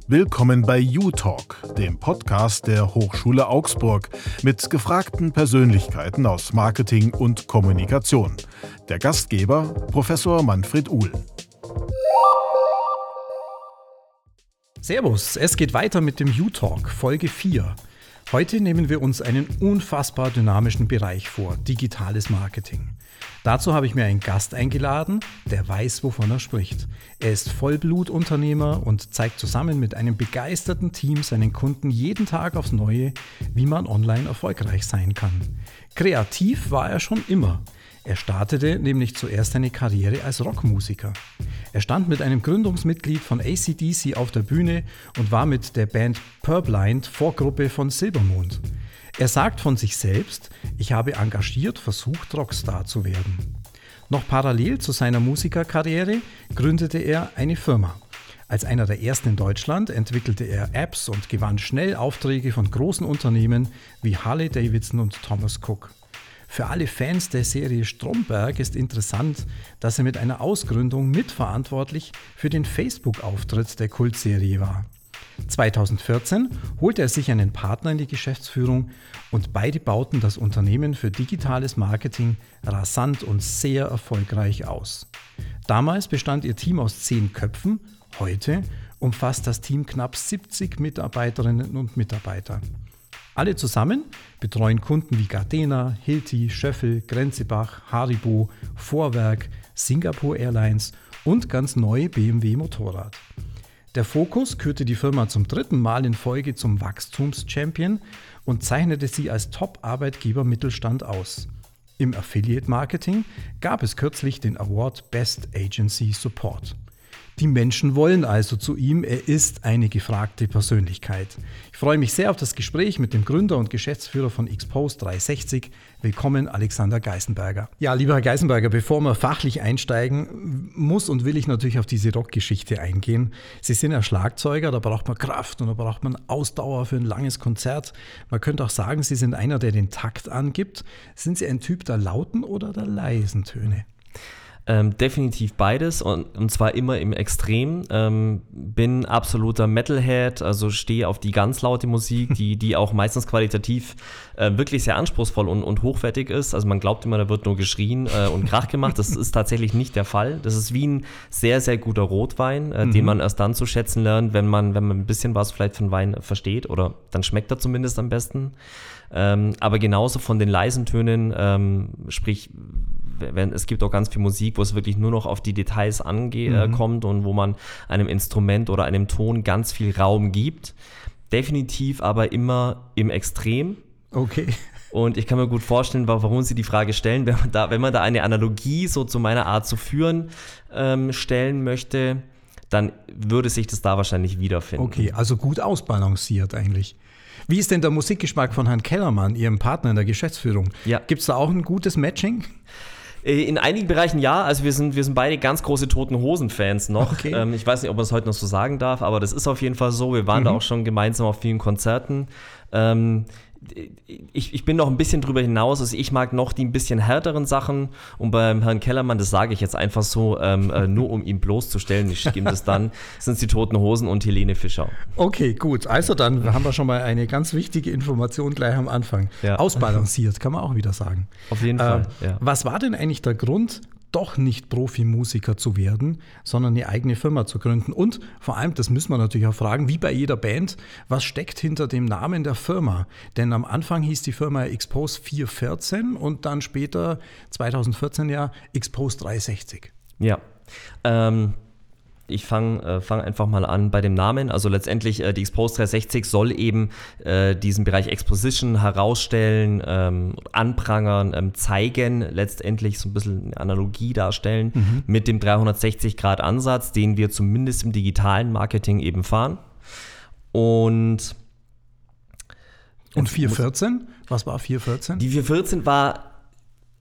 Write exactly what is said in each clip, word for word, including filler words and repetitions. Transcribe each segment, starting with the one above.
Willkommen bei U-Talk, dem Podcast der Hochschule Augsburg mit gefragten Persönlichkeiten aus Marketing und Kommunikation. Der Gastgeber Professor Manfred Uhl. Servus, es geht weiter mit dem U-Talk, Folge vier. Heute nehmen wir uns einen unfassbar dynamischen Bereich vor, digitales Marketing. Dazu habe ich mir einen Gast eingeladen, der weiß, wovon er spricht. Er ist Vollblutunternehmer und zeigt zusammen mit einem begeisterten Team seinen Kunden jeden Tag aufs Neue, wie man online erfolgreich sein kann. Kreativ war er schon immer. Er startete nämlich zuerst eine Karriere als Rockmusiker. Er stand mit einem Gründungsmitglied von A C D C auf der Bühne und war mit der Band Purblind Vorgruppe von Silbermond. Er sagt von sich selbst, ich habe engagiert versucht, Rockstar zu werden. Noch parallel zu seiner Musikerkarriere gründete er eine Firma. Als einer der ersten in Deutschland entwickelte er Apps und gewann schnell Aufträge von großen Unternehmen wie Harley Davidson und Thomas Cook. Für alle Fans der Serie Stromberg ist interessant, dass er mit einer Ausgründung mitverantwortlich für den Facebook-Auftritt der Kultserie war. zweitausendvierzehn holte er sich einen Partner in die Geschäftsführung und beide bauten das Unternehmen für digitales Marketing rasant und sehr erfolgreich aus. Damals bestand ihr Team aus zehn Köpfen, heute umfasst das Team knapp siebzig Mitarbeiterinnen und Mitarbeiter. Alle zusammen betreuen Kunden wie Gardena, Hilti, Schöffel, Grenzebach, Haribo, Vorwerk, Singapore Airlines und ganz neu B M W Motorrad. Der Fokus kürte die Firma zum dritten Mal in Folge zum Wachstumschampion und zeichnete sie als Top-Arbeitgeber Mittelstand aus. Im Affiliate-Marketing gab es kürzlich den Award Best Agency Support. Die Menschen wollen also zu ihm, er ist eine gefragte Persönlichkeit. Ich freue mich sehr auf das Gespräch mit dem Gründer und Geschäftsführer von Xpose dreihundertsechzig. Willkommen, Alexander Geißenberger. Ja, lieber Herr Geißenberger, bevor wir fachlich einsteigen, muss und will ich natürlich auf diese Rockgeschichte eingehen. Sie sind ja Schlagzeuger, da braucht man Kraft und da braucht man Ausdauer für ein langes Konzert. Man könnte auch sagen, Sie sind einer, der den Takt angibt. Sind Sie ein Typ der lauten oder der leisen Töne? Ähm, definitiv beides und, und zwar immer im Extrem. Ähm, bin absoluter Metalhead, also stehe auf die ganz laute Musik, die, die auch meistens qualitativ äh, wirklich sehr anspruchsvoll und, und hochwertig ist. Also man glaubt immer, da wird nur geschrien äh, und Krach gemacht. Das ist tatsächlich nicht der Fall. Das ist wie ein sehr, sehr guter Rotwein, äh, mhm. den man erst dann zu schätzen lernt, wenn man, wenn man ein bisschen was vielleicht von Wein versteht oder dann schmeckt er zumindest am besten. Ähm, aber genauso von den leisen Tönen, ähm, sprich, wenn, es gibt auch ganz viel Musik, wo es wirklich nur noch auf die Details ankommt mhm. und wo man einem Instrument oder einem Ton ganz viel Raum gibt. Definitiv aber immer im Extrem. Okay. Und ich kann mir gut vorstellen, warum Sie die Frage stellen, wenn man da, wenn man da eine Analogie so zu meiner Art zu führen ähm, stellen möchte, dann würde sich das da wahrscheinlich wiederfinden. Okay, also gut ausbalanciert eigentlich. Wie ist denn der Musikgeschmack von Herrn Kellermann, Ihrem Partner in der Geschäftsführung? Ja. Gibt es da auch ein gutes Matching? In einigen Bereichen ja, also wir sind, wir sind beide ganz große Toten-Hosen-Fans noch. Okay. Ähm, ich weiß nicht, ob man es heute noch so sagen darf, aber das ist auf jeden Fall so. Wir waren mhm. da auch schon gemeinsam auf vielen Konzerten. Ähm, Ich, ich bin noch ein bisschen drüber hinaus, also ich mag noch die ein bisschen härteren Sachen und beim Herrn Kellermann, das sage ich jetzt einfach so, ähm, äh, nur um ihn bloßzustellen, ich schicke ihm das dann, sind es die Toten Hosen und Helene Fischer. Okay, gut, also dann haben wir schon mal eine ganz wichtige Information gleich am Anfang. Ja. Ausbalanciert, kann man auch wieder sagen. Auf jeden Fall, äh, ja. Was war denn eigentlich der Grund, doch nicht Profimusiker zu werden, sondern eine eigene Firma zu gründen? Und vor allem, das müssen wir natürlich auch fragen, wie bei jeder Band, was steckt hinter dem Namen der Firma? Denn am Anfang hieß die Firma Xpose vierhundertvierzehn und dann später zweitausendvierzehn ja Xpose dreihundertsechzig. Ja, ähm, ich fange äh, fang einfach mal an bei dem Namen. Also letztendlich äh, die Xpose dreihundertsechzig soll eben äh, diesen Bereich Exposition herausstellen, ähm, anprangern, ähm, zeigen, letztendlich so ein bisschen eine Analogie darstellen mhm. mit dem dreihundertsechzig Grad Ansatz, den wir zumindest im digitalen Marketing eben fahren. Und Und vierhundertvierzehn? Was war vierhundertvierzehn? Die vierhundertvierzehn war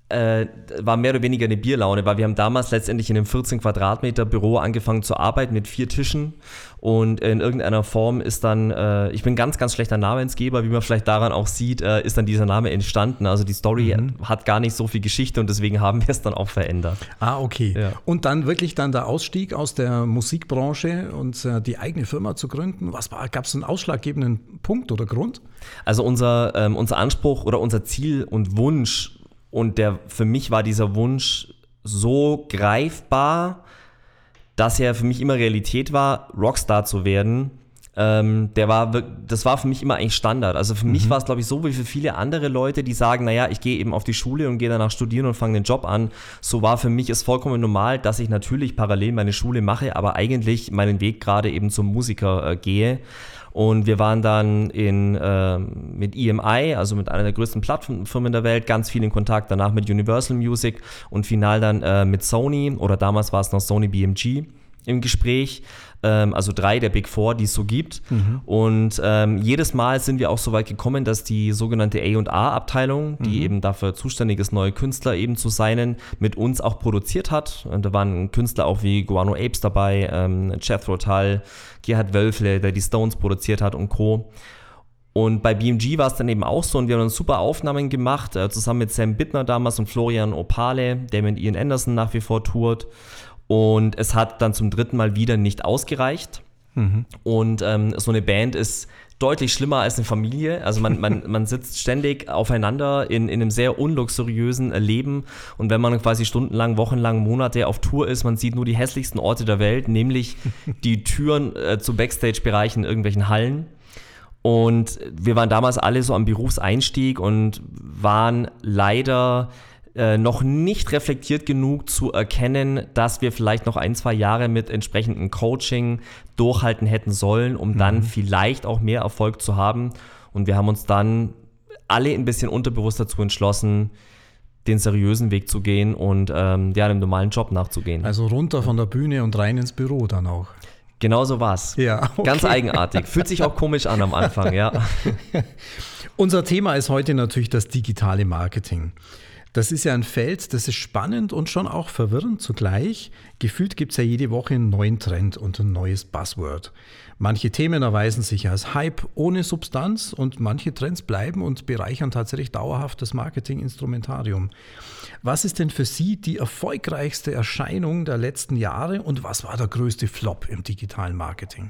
äh, war mehr oder weniger eine Bierlaune, weil wir haben damals letztendlich in einem vierzehn Quadratmeter Büro angefangen zu arbeiten mit vier Tischen und in irgendeiner Form ist dann, äh, ich bin ganz, ganz schlechter Namensgeber, wie man vielleicht daran auch sieht, äh, ist dann dieser Name entstanden. Also die Story mhm. hat gar nicht so viel Geschichte und deswegen haben wir es dann auch verändert. Ah, okay. Ja. Und dann wirklich dann der Ausstieg aus der Musikbranche und äh, die eigene Firma zu gründen. Was war, gab es einen ausschlaggebenden Punkt oder Grund? Also unser, ähm, unser Anspruch oder unser Ziel und Wunsch, und der, für mich war dieser Wunsch so greifbar, dass er für mich immer Realität war, Rockstar zu werden. Ähm, der war, das war für mich immer eigentlich Standard. Also für mhm. mich war es, glaube ich, so wie für viele andere Leute, die sagen, naja, ich gehe eben auf die Schule und gehe danach studieren und fange den Job an. So war für mich es vollkommen normal, dass ich natürlich parallel meine Schule mache, aber eigentlich meinen Weg gerade eben zum Musiker äh, gehe. Und wir waren dann in, äh, mit E M I, also mit einer der größten Plattformen der Welt, ganz viel in Kontakt, danach mit Universal Music und final dann äh, mit Sony oder damals war es noch Sony B M G im Gespräch. Ähm, also drei der Big Four, die es so gibt. Mhm. Und ähm, jedes Mal sind wir auch so weit gekommen, dass die sogenannte A und A-Abteilung, die mhm. eben dafür zuständig ist, neue Künstler eben zu signen, mit uns auch produziert hat. Und da waren Künstler auch wie Guano Apes dabei, ähm, Jethro Tull, Gerhard Wölfle, der die Stones produziert hat und Co. Und bei B M G war es dann eben auch so und wir haben dann super Aufnahmen gemacht, äh, zusammen mit Sam Bittner damals und Florian Opale, der mit Ian Anderson nach wie vor tourt. Und es hat dann zum dritten Mal wieder nicht ausgereicht. Mhm. Und ähm, so eine Band ist deutlich schlimmer als eine Familie. Also man, man, man sitzt ständig aufeinander in, in einem sehr unluxuriösen Leben. Und wenn man quasi stundenlang, wochenlang, Monate auf Tour ist, man sieht nur die hässlichsten Orte der Welt, nämlich die Türen äh, zu Backstage-Bereichen in irgendwelchen Hallen. Und wir waren damals alle so am Berufseinstieg und waren leider äh, noch nicht reflektiert genug zu erkennen, dass wir vielleicht noch ein, zwei Jahre mit entsprechendem Coaching durchhalten hätten sollen, um mhm. dann vielleicht auch mehr Erfolg zu haben. Und wir haben uns dann alle ein bisschen unterbewusst dazu entschlossen, den seriösen Weg zu gehen und ähm, ja, einem normalen Job nachzugehen. Also runter von der Bühne und rein ins Büro dann auch. Genau so war's. Ja, okay. Ganz eigenartig. Fühlt sich auch komisch an am Anfang, ja. Unser Thema ist heute natürlich das digitale Marketing. Das ist ja ein Feld, das ist spannend und schon auch verwirrend zugleich. Gefühlt gibt es ja jede Woche einen neuen Trend und ein neues Buzzword. Manche Themen erweisen sich als Hype ohne Substanz und manche Trends bleiben und bereichern tatsächlich dauerhaft das Marketinginstrumentarium. Was ist denn für Sie die erfolgreichste Erscheinung der letzten Jahre und was war der größte Flop im digitalen Marketing?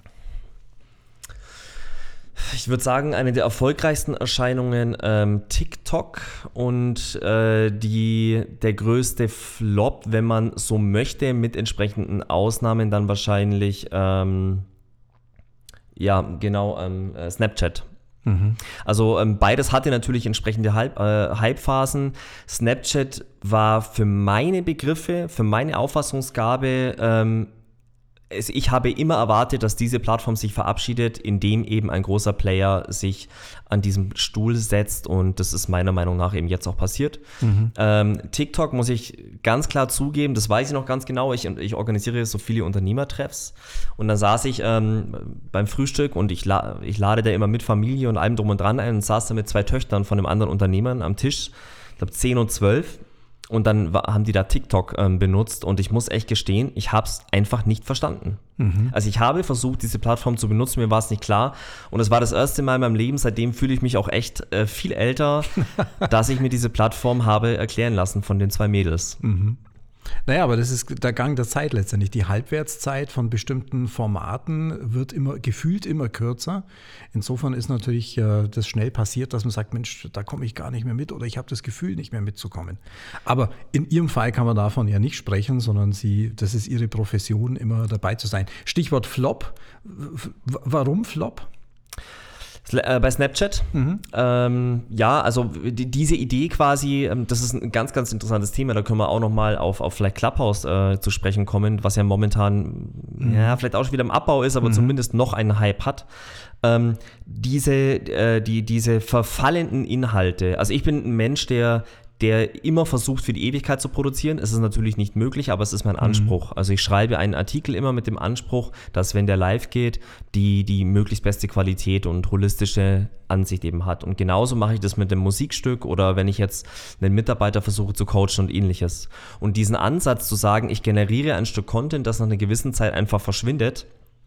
Ich würde sagen, eine der erfolgreichsten Erscheinungen ähm, TikTok und äh, die, der größte Flop, wenn man so möchte, mit entsprechenden Ausnahmen dann wahrscheinlich, ähm, ja genau, ähm, äh, Snapchat. Mhm. Also ähm, beides hatte natürlich entsprechende Hype, äh, Hype-Phasen. Snapchat war für meine Begriffe, für meine Auffassungsgabe, ähm, ich habe immer erwartet, dass diese Plattform sich verabschiedet, indem eben ein großer Player sich an diesem Stuhl setzt und das ist meiner Meinung nach eben jetzt auch passiert. Mhm. Ähm, TikTok muss ich ganz klar zugeben, das weiß ich noch ganz genau, ich, ich organisiere so viele Unternehmertreffs und dann saß ich ähm, beim Frühstück und ich, la- ich lade da immer mit Familie und allem drum und dran ein und saß da mit zwei Töchtern von einem anderen Unternehmer am Tisch, ich glaube zehn und zwölf. Und dann war, haben die da TikTok ähm, benutzt und ich muss echt gestehen, ich habe es einfach nicht verstanden. Mhm. Also ich habe versucht, diese Plattform zu benutzen, mir war es nicht klar. Und es war das erste Mal in meinem Leben, seitdem fühle ich mich auch echt äh, viel älter, dass ich mir diese Plattform habe erklären lassen von den zwei Mädels. Mhm. Naja, aber das ist der Gang der Zeit letztendlich. Die Halbwertszeit von bestimmten Formaten wird immer gefühlt immer kürzer. Insofern ist natürlich äh, das schnell passiert, dass man sagt, Mensch, da komme ich gar nicht mehr mit oder ich habe das Gefühl, nicht mehr mitzukommen. Aber in Ihrem Fall kann man davon ja nicht sprechen, sondern Sie, das ist Ihre Profession, immer dabei zu sein. Stichwort Flop. W- warum Flop? Bei Snapchat, mhm. ähm, ja, also die, diese Idee quasi, ähm, das ist ein ganz, ganz interessantes Thema, da können wir auch nochmal auf, auf vielleicht Clubhouse äh, zu sprechen kommen, was ja momentan, mhm. ja, vielleicht auch schon wieder im Abbau ist, aber mhm. zumindest noch einen Hype hat. Ähm, diese, äh, die, diese verfallenden Inhalte, also ich bin ein Mensch, der der immer versucht, für die Ewigkeit zu produzieren. Es ist natürlich nicht möglich, aber es ist mein Anspruch. Mhm. Also ich schreibe einen Artikel immer mit dem Anspruch, dass, wenn der live geht, die, die möglichst beste Qualität und holistische Ansicht eben hat. Und genauso mache ich das mit dem Musikstück oder wenn ich jetzt einen Mitarbeiter versuche zu coachen und ähnliches. Und diesen Ansatz zu sagen, ich generiere ein Stück Content, das nach einer gewissen Zeit einfach verschwindet,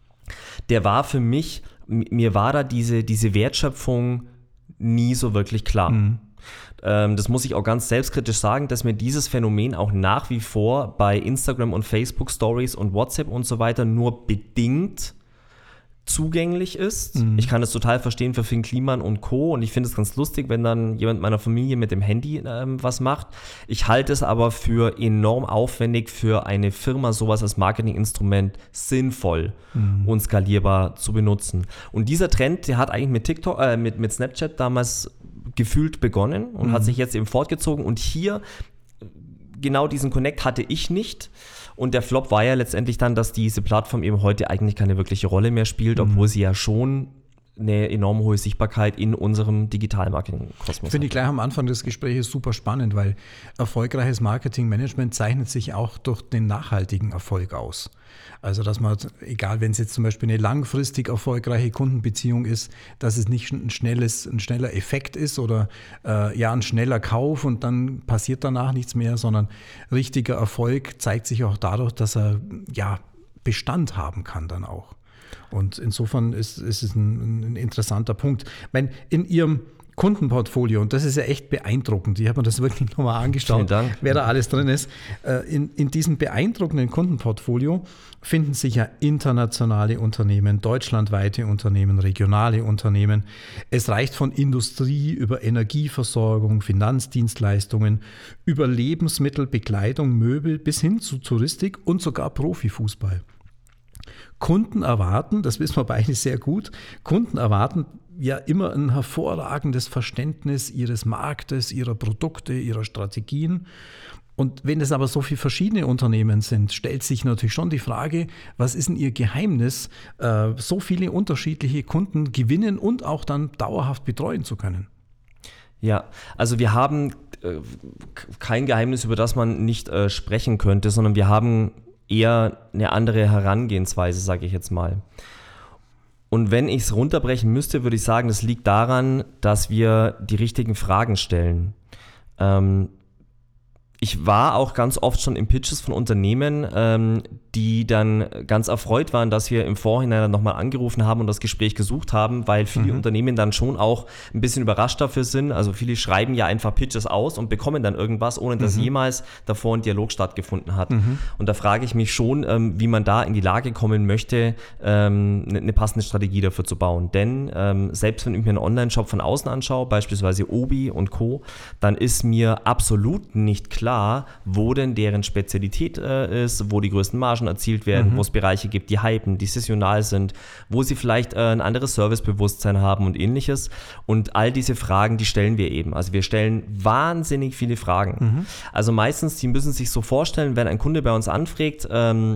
der war für mich, mir war da diese, diese Wertschöpfung nie so wirklich klar. Mhm. Das muss ich auch ganz selbstkritisch sagen, dass mir dieses Phänomen auch nach wie vor bei Instagram und Facebook Stories und WhatsApp und so weiter nur bedingt zugänglich ist. Mhm. Ich kann das total verstehen für Finn Kliman und Co. Und ich finde es ganz lustig, wenn dann jemand meiner Familie mit dem Handy ähm, was macht. Ich halte es aber für enorm aufwendig, für eine Firma sowas als Marketinginstrument sinnvoll mhm. und skalierbar zu benutzen. Und dieser Trend, der hat eigentlich mit TikTok, äh, mit, mit Snapchat damals gefühlt begonnen und mhm. hat sich jetzt eben fortgezogen. Und hier genau diesen Connect hatte ich nicht. Und der Flop war ja letztendlich dann, dass diese Plattform eben heute eigentlich keine wirkliche Rolle mehr spielt, mhm. obwohl sie ja schon eine enorm hohe Sichtbarkeit in unserem Digital-Marketing-Kosmos hat. Finde ich gleich am Anfang des Gesprächs super spannend, weil erfolgreiches Marketing-Management zeichnet sich auch durch den nachhaltigen Erfolg aus. Also dass man, egal wenn es jetzt zum Beispiel eine langfristig erfolgreiche Kundenbeziehung ist, dass es nicht ein, schnelles, ein schneller Effekt ist oder äh, ja ein schneller Kauf und dann passiert danach nichts mehr, sondern richtiger Erfolg zeigt sich auch dadurch, dass er ja Bestand haben kann dann auch. Und insofern ist, ist es ein, ein interessanter Punkt. Ich meine, in Ihrem Kundenportfolio, und das ist ja echt beeindruckend, ich habe mir das wirklich nochmal angeschaut, wer da alles drin ist. In, in diesem beeindruckenden Kundenportfolio finden sich ja internationale Unternehmen, deutschlandweite Unternehmen, regionale Unternehmen. Es reicht von Industrie über Energieversorgung, Finanzdienstleistungen, über Lebensmittel, Bekleidung, Möbel bis hin zu Touristik und sogar Profifußball. Kunden erwarten, das wissen wir beide sehr gut, Kunden erwarten ja immer ein hervorragendes Verständnis ihres Marktes, ihrer Produkte, ihrer Strategien. Und wenn es aber so viele verschiedene Unternehmen sind, stellt sich natürlich schon die Frage, was ist denn ihr Geheimnis, so viele unterschiedliche Kunden gewinnen und auch dann dauerhaft betreuen zu können? Ja, also wir haben äh, kein Geheimnis, über das man nicht äh, sprechen könnte, sondern wir haben eher eine andere Herangehensweise, sage ich jetzt mal. Und wenn ich es runterbrechen müsste, würde ich sagen, das liegt daran, dass wir die richtigen Fragen stellen. Ähm, ich war auch ganz oft schon in Pitches von Unternehmen, ähm, die dann ganz erfreut waren, dass wir im Vorhinein dann nochmal angerufen haben und das Gespräch gesucht haben, weil viele mhm. Unternehmen dann schon auch ein bisschen überrascht dafür sind. Also viele schreiben ja einfach Pitches aus und bekommen dann irgendwas, ohne dass mhm. jemals davor ein Dialog stattgefunden hat. Mhm. Und da frage ich mich schon, ähm, wie man da in die Lage kommen möchte, ähm, eine, eine passende Strategie dafür zu bauen. Denn ähm, selbst wenn ich mir einen Online-Shop von außen anschaue, beispielsweise Obi und Co., dann ist mir absolut nicht klar, wo denn deren Spezialität äh, ist, wo die größten Margen erzielt werden, mhm. wo es Bereiche gibt, die hypen, die saisonal sind, wo sie vielleicht äh, ein anderes Servicebewusstsein haben und ähnliches. Und all diese Fragen, die stellen wir eben. Also wir stellen wahnsinnig viele Fragen. Mhm. Also meistens, die müssen sich so vorstellen, wenn ein Kunde bei uns anfragt, ähm,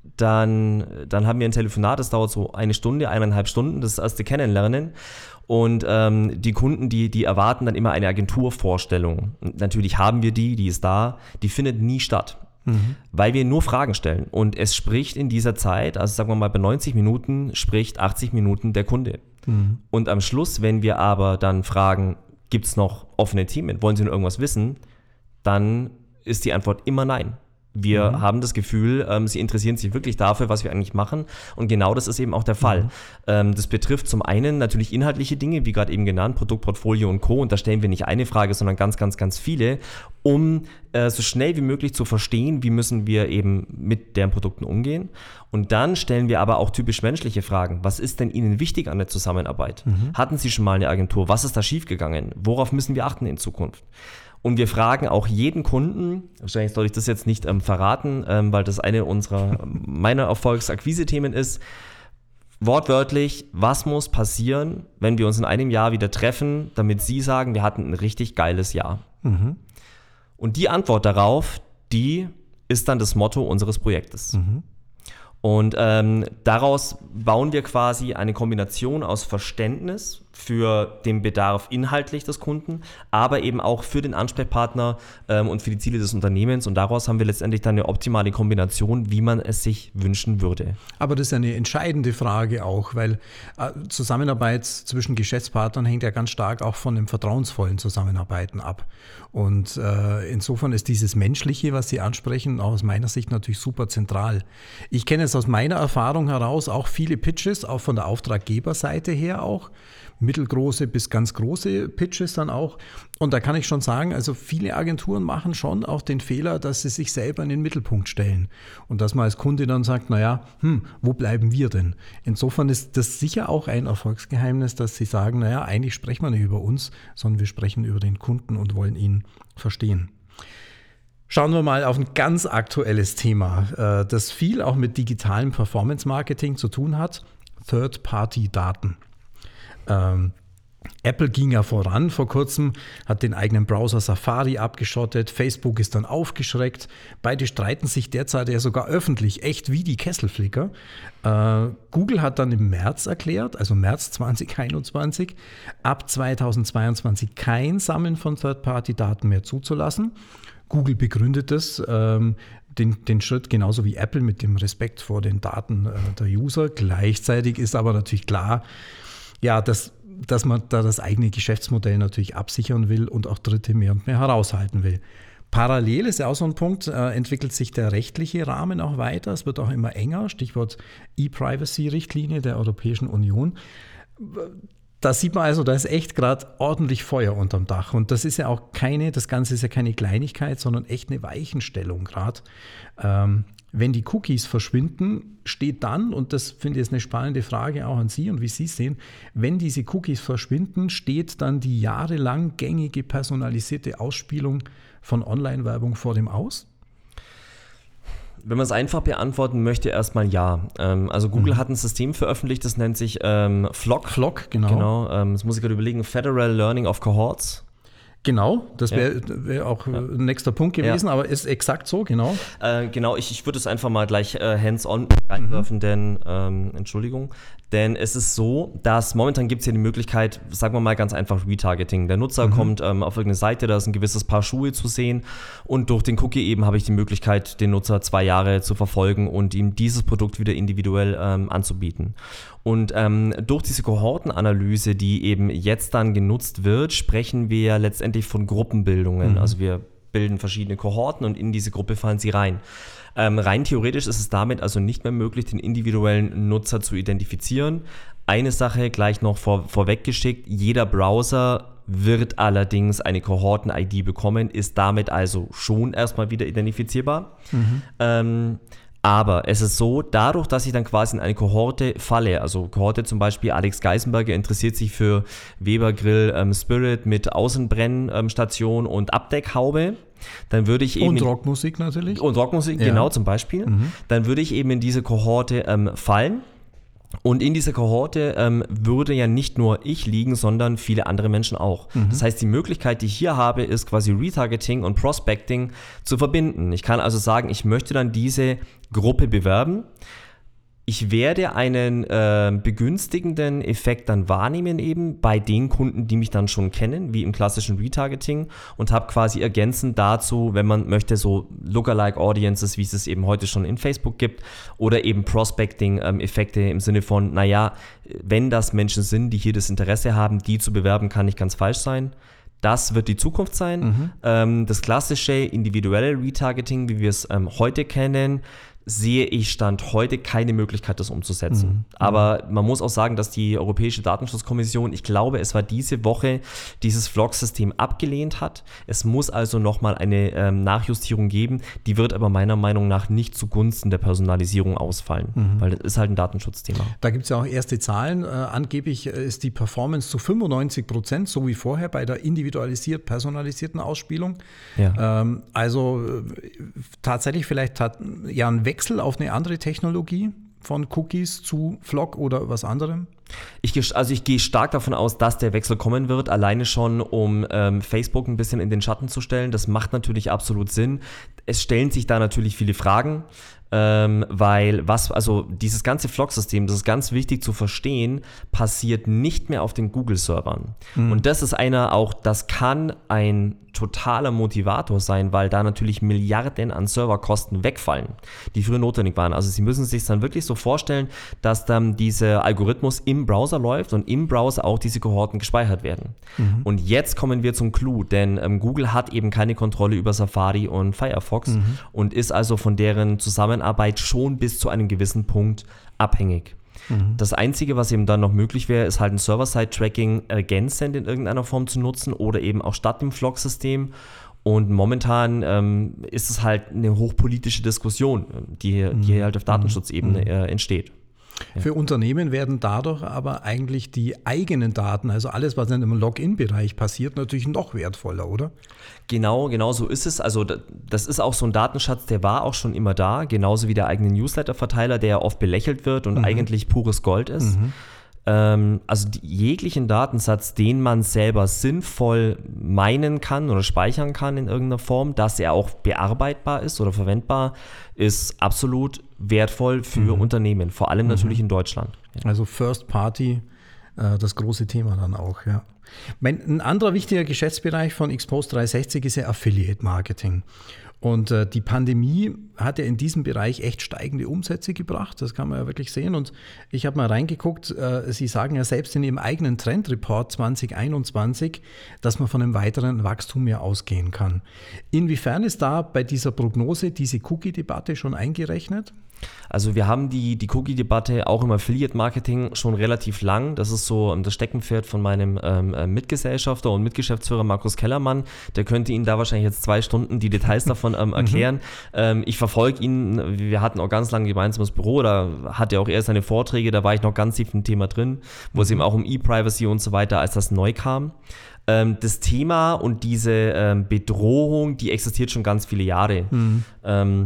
dann, dann haben wir ein Telefonat, das dauert so eine Stunde, eineinhalb Stunden, das erste Kennenlernen. Und ähm, die Kunden, die, die erwarten dann immer eine Agenturvorstellung. Und natürlich haben wir die, die ist da, die findet nie statt. Mhm. Weil wir nur Fragen stellen. Und es spricht in dieser Zeit, also sagen wir mal bei neunzig Minuten, spricht achtzig Minuten der Kunde. Mhm. Und am Schluss, wenn wir aber dann fragen, gibt es noch offene Themen, wollen Sie noch irgendwas wissen, dann ist die Antwort immer nein. Wir mhm. haben das Gefühl, ähm, sie interessieren sich wirklich dafür, was wir eigentlich machen. Und genau das ist eben auch der Fall. Mhm. Ähm, das betrifft zum einen natürlich inhaltliche Dinge, wie gerade eben genannt, Produktportfolio und Co. Und da stellen wir nicht eine Frage, sondern ganz, ganz, ganz viele, um äh, so schnell wie möglich zu verstehen, wie müssen wir eben mit deren Produkten umgehen. Und dann stellen wir aber auch typisch menschliche Fragen. Was ist denn Ihnen wichtig an der Zusammenarbeit? Mhm. Hatten Sie schon mal eine Agentur? Was ist da schiefgegangen? Worauf müssen wir achten in Zukunft? Und wir fragen auch jeden Kunden, wahrscheinlich soll ich das jetzt nicht ähm, verraten, ähm, weil das eine unserer, meiner Erfolgsakquise-Themen ist, wortwörtlich, was muss passieren, wenn wir uns in einem Jahr wieder treffen, damit Sie sagen, wir hatten ein richtig geiles Jahr. Mhm. Und die Antwort darauf, die ist dann das Motto unseres Projektes. Mhm. Und ähm, daraus bauen wir quasi eine Kombination aus Verständnis für den Bedarf inhaltlich des Kunden, aber eben auch für den Ansprechpartner ähm, und für die Ziele des Unternehmens. Und daraus haben wir letztendlich dann eine optimale Kombination, wie man es sich wünschen würde. Aber das ist eine entscheidende Frage auch, weil äh, Zusammenarbeit zwischen Geschäftspartnern hängt ja ganz stark auch von dem vertrauensvollen Zusammenarbeiten ab. Und äh, insofern ist dieses Menschliche, was Sie ansprechen, auch aus meiner Sicht natürlich super zentral. Ich kenne es aus meiner Erfahrung heraus auch viele Pitches, auch von der Auftraggeberseite her auch, mittelgroße bis ganz große Pitches dann auch. Und da kann ich schon sagen, also viele Agenturen machen schon auch den Fehler, dass sie sich selber in den Mittelpunkt stellen. Und dass man als Kunde dann sagt, naja, hm, wo bleiben wir denn? Insofern ist das sicher auch ein Erfolgsgeheimnis, dass sie sagen, naja, eigentlich sprechen wir nicht über uns, sondern wir sprechen über den Kunden und wollen ihn verstehen. Schauen wir mal auf ein ganz aktuelles Thema, das viel auch mit digitalem Performance-Marketing zu tun hat, Third-Party-Daten. Ähm, Apple ging ja voran vor kurzem, hat den eigenen Browser Safari abgeschottet, Facebook ist dann aufgeschreckt. Beide streiten sich derzeit ja sogar öffentlich, echt wie die Kesselflicker. Äh, Google hat dann im März erklärt, also März zwanzig einundzwanzig, ab zweitausendzweiundzwanzig kein Sammeln von Third-Party-Daten mehr zuzulassen. Google begründet das, ähm, den, den Schritt genauso wie Apple mit dem Respekt vor den Daten äh, der User. Gleichzeitig ist aber natürlich klar, ja, dass, dass man da das eigene Geschäftsmodell natürlich absichern will und auch Dritte mehr und mehr heraushalten will. Parallel ist ja auch so ein Punkt, äh, entwickelt sich der rechtliche Rahmen auch weiter. Es wird auch immer enger, Stichwort E-Privacy-Richtlinie der Europäischen Union. Da sieht man also, da ist echt gerade ordentlich Feuer unterm Dach. Und das ist ja auch keine, das Ganze ist ja keine Kleinigkeit, sondern echt eine Weichenstellung gerade. Ähm, wenn die Cookies verschwinden, steht dann, und das finde ich ist eine spannende Frage auch an Sie und wie Sie es sehen, wenn diese Cookies verschwinden, steht dann die jahrelang gängige personalisierte Ausspielung von Online-Werbung vor dem Aus? Wenn man es einfach beantworten möchte, erstmal ja. Ähm, also Google mhm. hat ein System veröffentlicht, das nennt sich ähm, F L O C. F L O C, genau. genau ähm, das muss ich gerade überlegen, Federal Learning of Cohorts. Genau, das wäre ja. wär auch ja. ein nächster Punkt gewesen, ja. aber ist exakt so, genau. Äh, genau, ich, ich würde es einfach mal gleich äh, hands-on reinwerfen, mhm. denn, ähm, Entschuldigung, denn es ist so, dass momentan gibt es ja die Möglichkeit, sagen wir mal ganz einfach Retargeting. Der Nutzer mhm. kommt ähm, auf irgendeine Seite, da ist ein gewisses Paar Schuhe zu sehen und durch den Cookie eben habe ich die Möglichkeit, den Nutzer zwei Jahre zu verfolgen und ihm dieses Produkt wieder individuell ähm, anzubieten. Und ähm, durch diese Kohortenanalyse, die eben jetzt dann genutzt wird, sprechen wir letztendlich von Gruppenbildungen. Mhm. Also wir bilden verschiedene Kohorten und in diese Gruppe fallen sie rein. Ähm, rein theoretisch ist es damit also nicht mehr möglich, den individuellen Nutzer zu identifizieren. Eine Sache gleich noch vor, vorweggeschickt, jeder Browser wird allerdings eine Kohorten-I D bekommen, ist damit also schon erstmal wieder identifizierbar. Mhm. Ähm, Aber es ist so, dadurch, dass ich dann quasi in eine Kohorte falle, also Kohorte zum Beispiel Alex Geisenberger interessiert sich für Weber Grill ähm, Spirit mit Außenbrennstation und Abdeckhaube, dann würde ich eben... Und Rockmusik natürlich. Und Rockmusik, ja. genau, zum Beispiel. Mhm. Dann würde ich eben in diese Kohorte ähm, fallen. Und in dieser Kohorte ähm, würde ja nicht nur ich liegen, sondern viele andere Menschen auch. Mhm. Das heißt, die Möglichkeit, die ich hier habe, ist quasi Retargeting und Prospecting zu verbinden. Ich kann also sagen, ich möchte dann diese Gruppe bewerben. Ich werde einen äh, begünstigenden Effekt dann wahrnehmen eben bei den Kunden, die mich dann schon kennen, wie im klassischen Retargeting und habe quasi ergänzend dazu, wenn man möchte, so Lookalike Audiences, wie es es eben heute schon in Facebook gibt oder eben Prospecting-Effekte ähm, im Sinne von, naja, wenn das Menschen sind, die hier das Interesse haben, die zu bewerben, kann nicht ganz falsch sein. Das wird die Zukunft sein. Mhm. Ähm, das klassische individuelle Retargeting, wie wir es ähm, heute kennen, sehe ich Stand heute keine Möglichkeit, das umzusetzen. Mhm. Aber man muss auch sagen, dass die Europäische Datenschutzkommission, ich glaube, es war diese Woche, dieses F L O C-System abgelehnt hat. Es muss also nochmal eine ähm, Nachjustierung geben. Die wird aber meiner Meinung nach nicht zugunsten der Personalisierung ausfallen, mhm. weil das ist halt ein Datenschutzthema. Da gibt es ja auch erste Zahlen. Äh, angeblich ist die Performance zu fünfundneunzig Prozent, so wie vorher bei der individualisiert personalisierten Ausspielung. Ja. Ähm, also äh, tatsächlich vielleicht tat, ja ein Wechsel auf eine andere Technologie von Cookies zu F L O C oder was anderem? Ich, also ich gehe stark davon aus, dass der Wechsel kommen wird, alleine schon, um ähm, Facebook ein bisschen in den Schatten zu stellen. Das macht natürlich absolut Sinn. Es stellen sich da natürlich viele Fragen, ähm, weil was, also dieses ganze Flock-System, das ist ganz wichtig zu verstehen, passiert nicht mehr auf den Google-Servern. Mhm. Und das ist einer auch, das kann ein totaler Motivator sein, weil da natürlich Milliarden an Serverkosten wegfallen, die früher notwendig waren. Also Sie müssen sich dann wirklich so vorstellen, dass dann dieser Algorithmus im Browser läuft und im Browser auch diese Kohorten gespeichert werden. Mhm. Und jetzt kommen wir zum Clou, denn ähm, Google hat eben keine Kontrolle über Safari und Firefox mhm. und ist also von deren Zusammenarbeit schon bis zu einem gewissen Punkt abhängig. Mhm. Das Einzige, was eben dann noch möglich wäre, ist halt ein Server-Side-Tracking ergänzend in irgendeiner Form zu nutzen oder eben auch statt dem Flock-System. Und momentan ähm, ist es halt eine hochpolitische Diskussion, die, mhm. die halt auf Datenschutzebene äh, entsteht. Ja. Für Unternehmen werden dadurch aber eigentlich die eigenen Daten, also alles, was in einem Login-Bereich passiert, natürlich noch wertvoller, oder? Genau, genau so ist es. Also das ist auch so ein Datenschatz, der war auch schon immer da, genauso wie der eigene Newsletter-Verteiler, der ja oft belächelt wird und mhm. eigentlich pures Gold ist. Mhm. Ähm, also die, jeglichen Datensatz, den man selber sinnvoll meinen kann oder speichern kann in irgendeiner Form, dass er auch bearbeitbar ist oder verwendbar, ist absolut wertvoll für mhm. Unternehmen, vor allem mhm. natürlich in Deutschland. Ja. Also First Party, äh, das große Thema dann auch, ja. Mein, ein anderer wichtiger Geschäftsbereich von Xposed dreihundertsechzig ist ja Affiliate Marketing. Und äh, die Pandemie hat ja in diesem Bereich echt steigende Umsätze gebracht, das kann man ja wirklich sehen. Und ich habe mal reingeguckt, äh, Sie sagen ja selbst in Ihrem eigenen Trendreport zwanzig einundzwanzig, dass man von einem weiteren Wachstum ja ausgehen kann. Inwiefern ist da bei dieser Prognose diese Cookie-Debatte schon eingerechnet? Also wir haben die, die Cookie-Debatte auch im Affiliate-Marketing schon relativ lang. Das ist so das Steckenpferd von meinem ähm, Mitgesellschafter und Mitgeschäftsführer Markus Kellermann. Der könnte Ihnen da wahrscheinlich jetzt zwei Stunden die Details davon ähm, erklären. Mhm. Ähm, ich verfolge ihn, wir hatten auch ganz lange ein gemeinsames Büro, da hatte er auch eher seine Vorträge, da war ich noch ganz tief im Thema drin, wo mhm. es eben auch um E-Privacy und so weiter, als das neu kam. Ähm, das Thema und diese ähm, Bedrohung, die existiert schon ganz viele Jahre. Mhm. Ähm,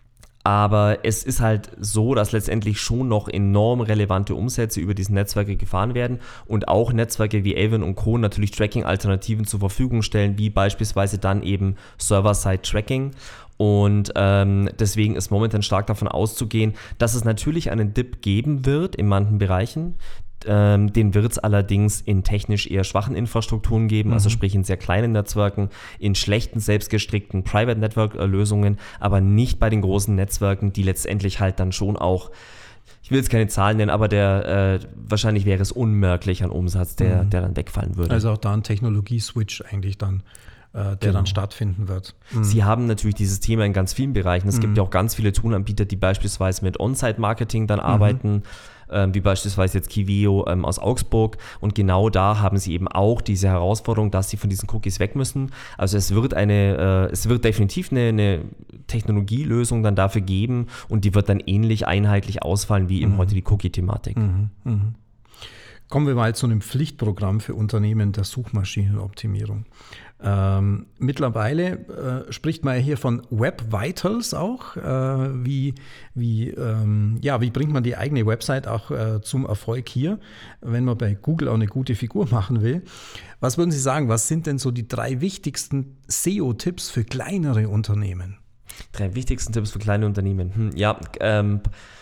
Aber es ist halt so, dass letztendlich schon noch enorm relevante Umsätze über diese Netzwerke gefahren werden und auch Netzwerke wie Avon und Co. natürlich Tracking-Alternativen zur Verfügung stellen, wie beispielsweise dann eben Server-Side-Tracking. Und ähm, deswegen ist momentan stark davon auszugehen, dass es natürlich einen Dip geben wird in manchen Bereichen. Ähm, den wird es allerdings in technisch eher schwachen Infrastrukturen geben, mhm. also sprich in sehr kleinen Netzwerken, in schlechten, selbstgestrickten Private Network-Lösungen, aber nicht bei den großen Netzwerken, die letztendlich halt dann schon auch, ich will jetzt keine Zahlen nennen, aber der äh, wahrscheinlich wäre es unmerklich an Umsatz, der, mhm. der dann wegfallen würde. Also auch da ein Technologie-Switch eigentlich dann, äh, der genau. dann stattfinden wird. Mhm. Sie haben natürlich dieses Thema in ganz vielen Bereichen. Es mhm. gibt ja auch ganz viele Toolanbieter, die beispielsweise mit On-Site-Marketing dann mhm. arbeiten, wie beispielsweise jetzt Kiveo ähm, aus Augsburg, und genau da haben sie eben auch diese Herausforderung, dass sie von diesen Cookies weg müssen. Also es wird eine, äh, es wird definitiv eine, eine Technologielösung dann dafür geben und die wird dann ähnlich einheitlich ausfallen wie eben mhm. heute die Cookie-Thematik. Mhm. Mhm. Kommen wir mal zu einem Pflichtprogramm für Unternehmen der Suchmaschinenoptimierung. Ähm, mittlerweile äh, spricht man ja hier von Web Vitals auch. Äh, wie, wie, ähm, ja, wie bringt man die eigene Website auch äh, zum Erfolg hier, wenn man bei Google auch eine gute Figur machen will? Was würden Sie sagen, was sind denn so die drei wichtigsten S E O-Tipps für kleinere Unternehmen? Drei wichtigsten Tipps für kleine Unternehmen? Hm, ja, ähm,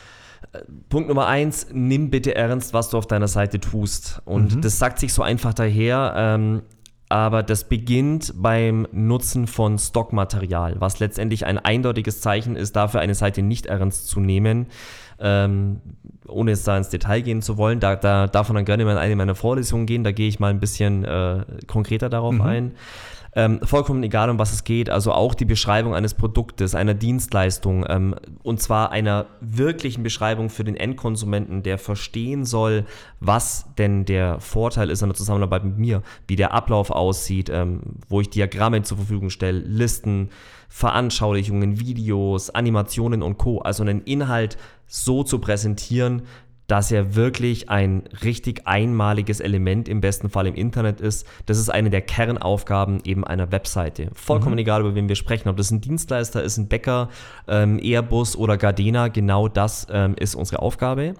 Punkt Nummer eins, nimm bitte ernst, was du auf deiner Seite tust. Und mhm. das sagt sich so einfach daher, ähm, aber das beginnt beim Nutzen von Stockmaterial, was letztendlich ein eindeutiges Zeichen ist, dafür eine Seite nicht ernst zu nehmen. Ähm, ohne jetzt da ins Detail gehen zu wollen, da, da darf man dann gerne mal in eine meiner Vorlesungen gehen, da gehe ich mal ein bisschen äh, konkreter darauf mhm. ein. Ähm, vollkommen egal, um was es geht, also auch die Beschreibung eines Produktes, einer Dienstleistung, ähm, und zwar einer wirklichen Beschreibung für den Endkonsumenten, der verstehen soll, was denn der Vorteil ist an der Zusammenarbeit mit mir, wie der Ablauf aussieht, ähm, wo ich Diagramme zur Verfügung stelle, Listen, Veranschaulichungen, Videos, Animationen und Co. Also einen Inhalt so zu präsentieren, dass er wirklich ein richtig einmaliges Element im besten Fall im Internet ist. Das ist eine der Kernaufgaben eben einer Webseite. Vollkommen mhm. egal, über wen wir sprechen, ob das ein Dienstleister ist, ein Bäcker, ähm, Airbus oder Gardena, genau das ähm, ist unsere Aufgabe.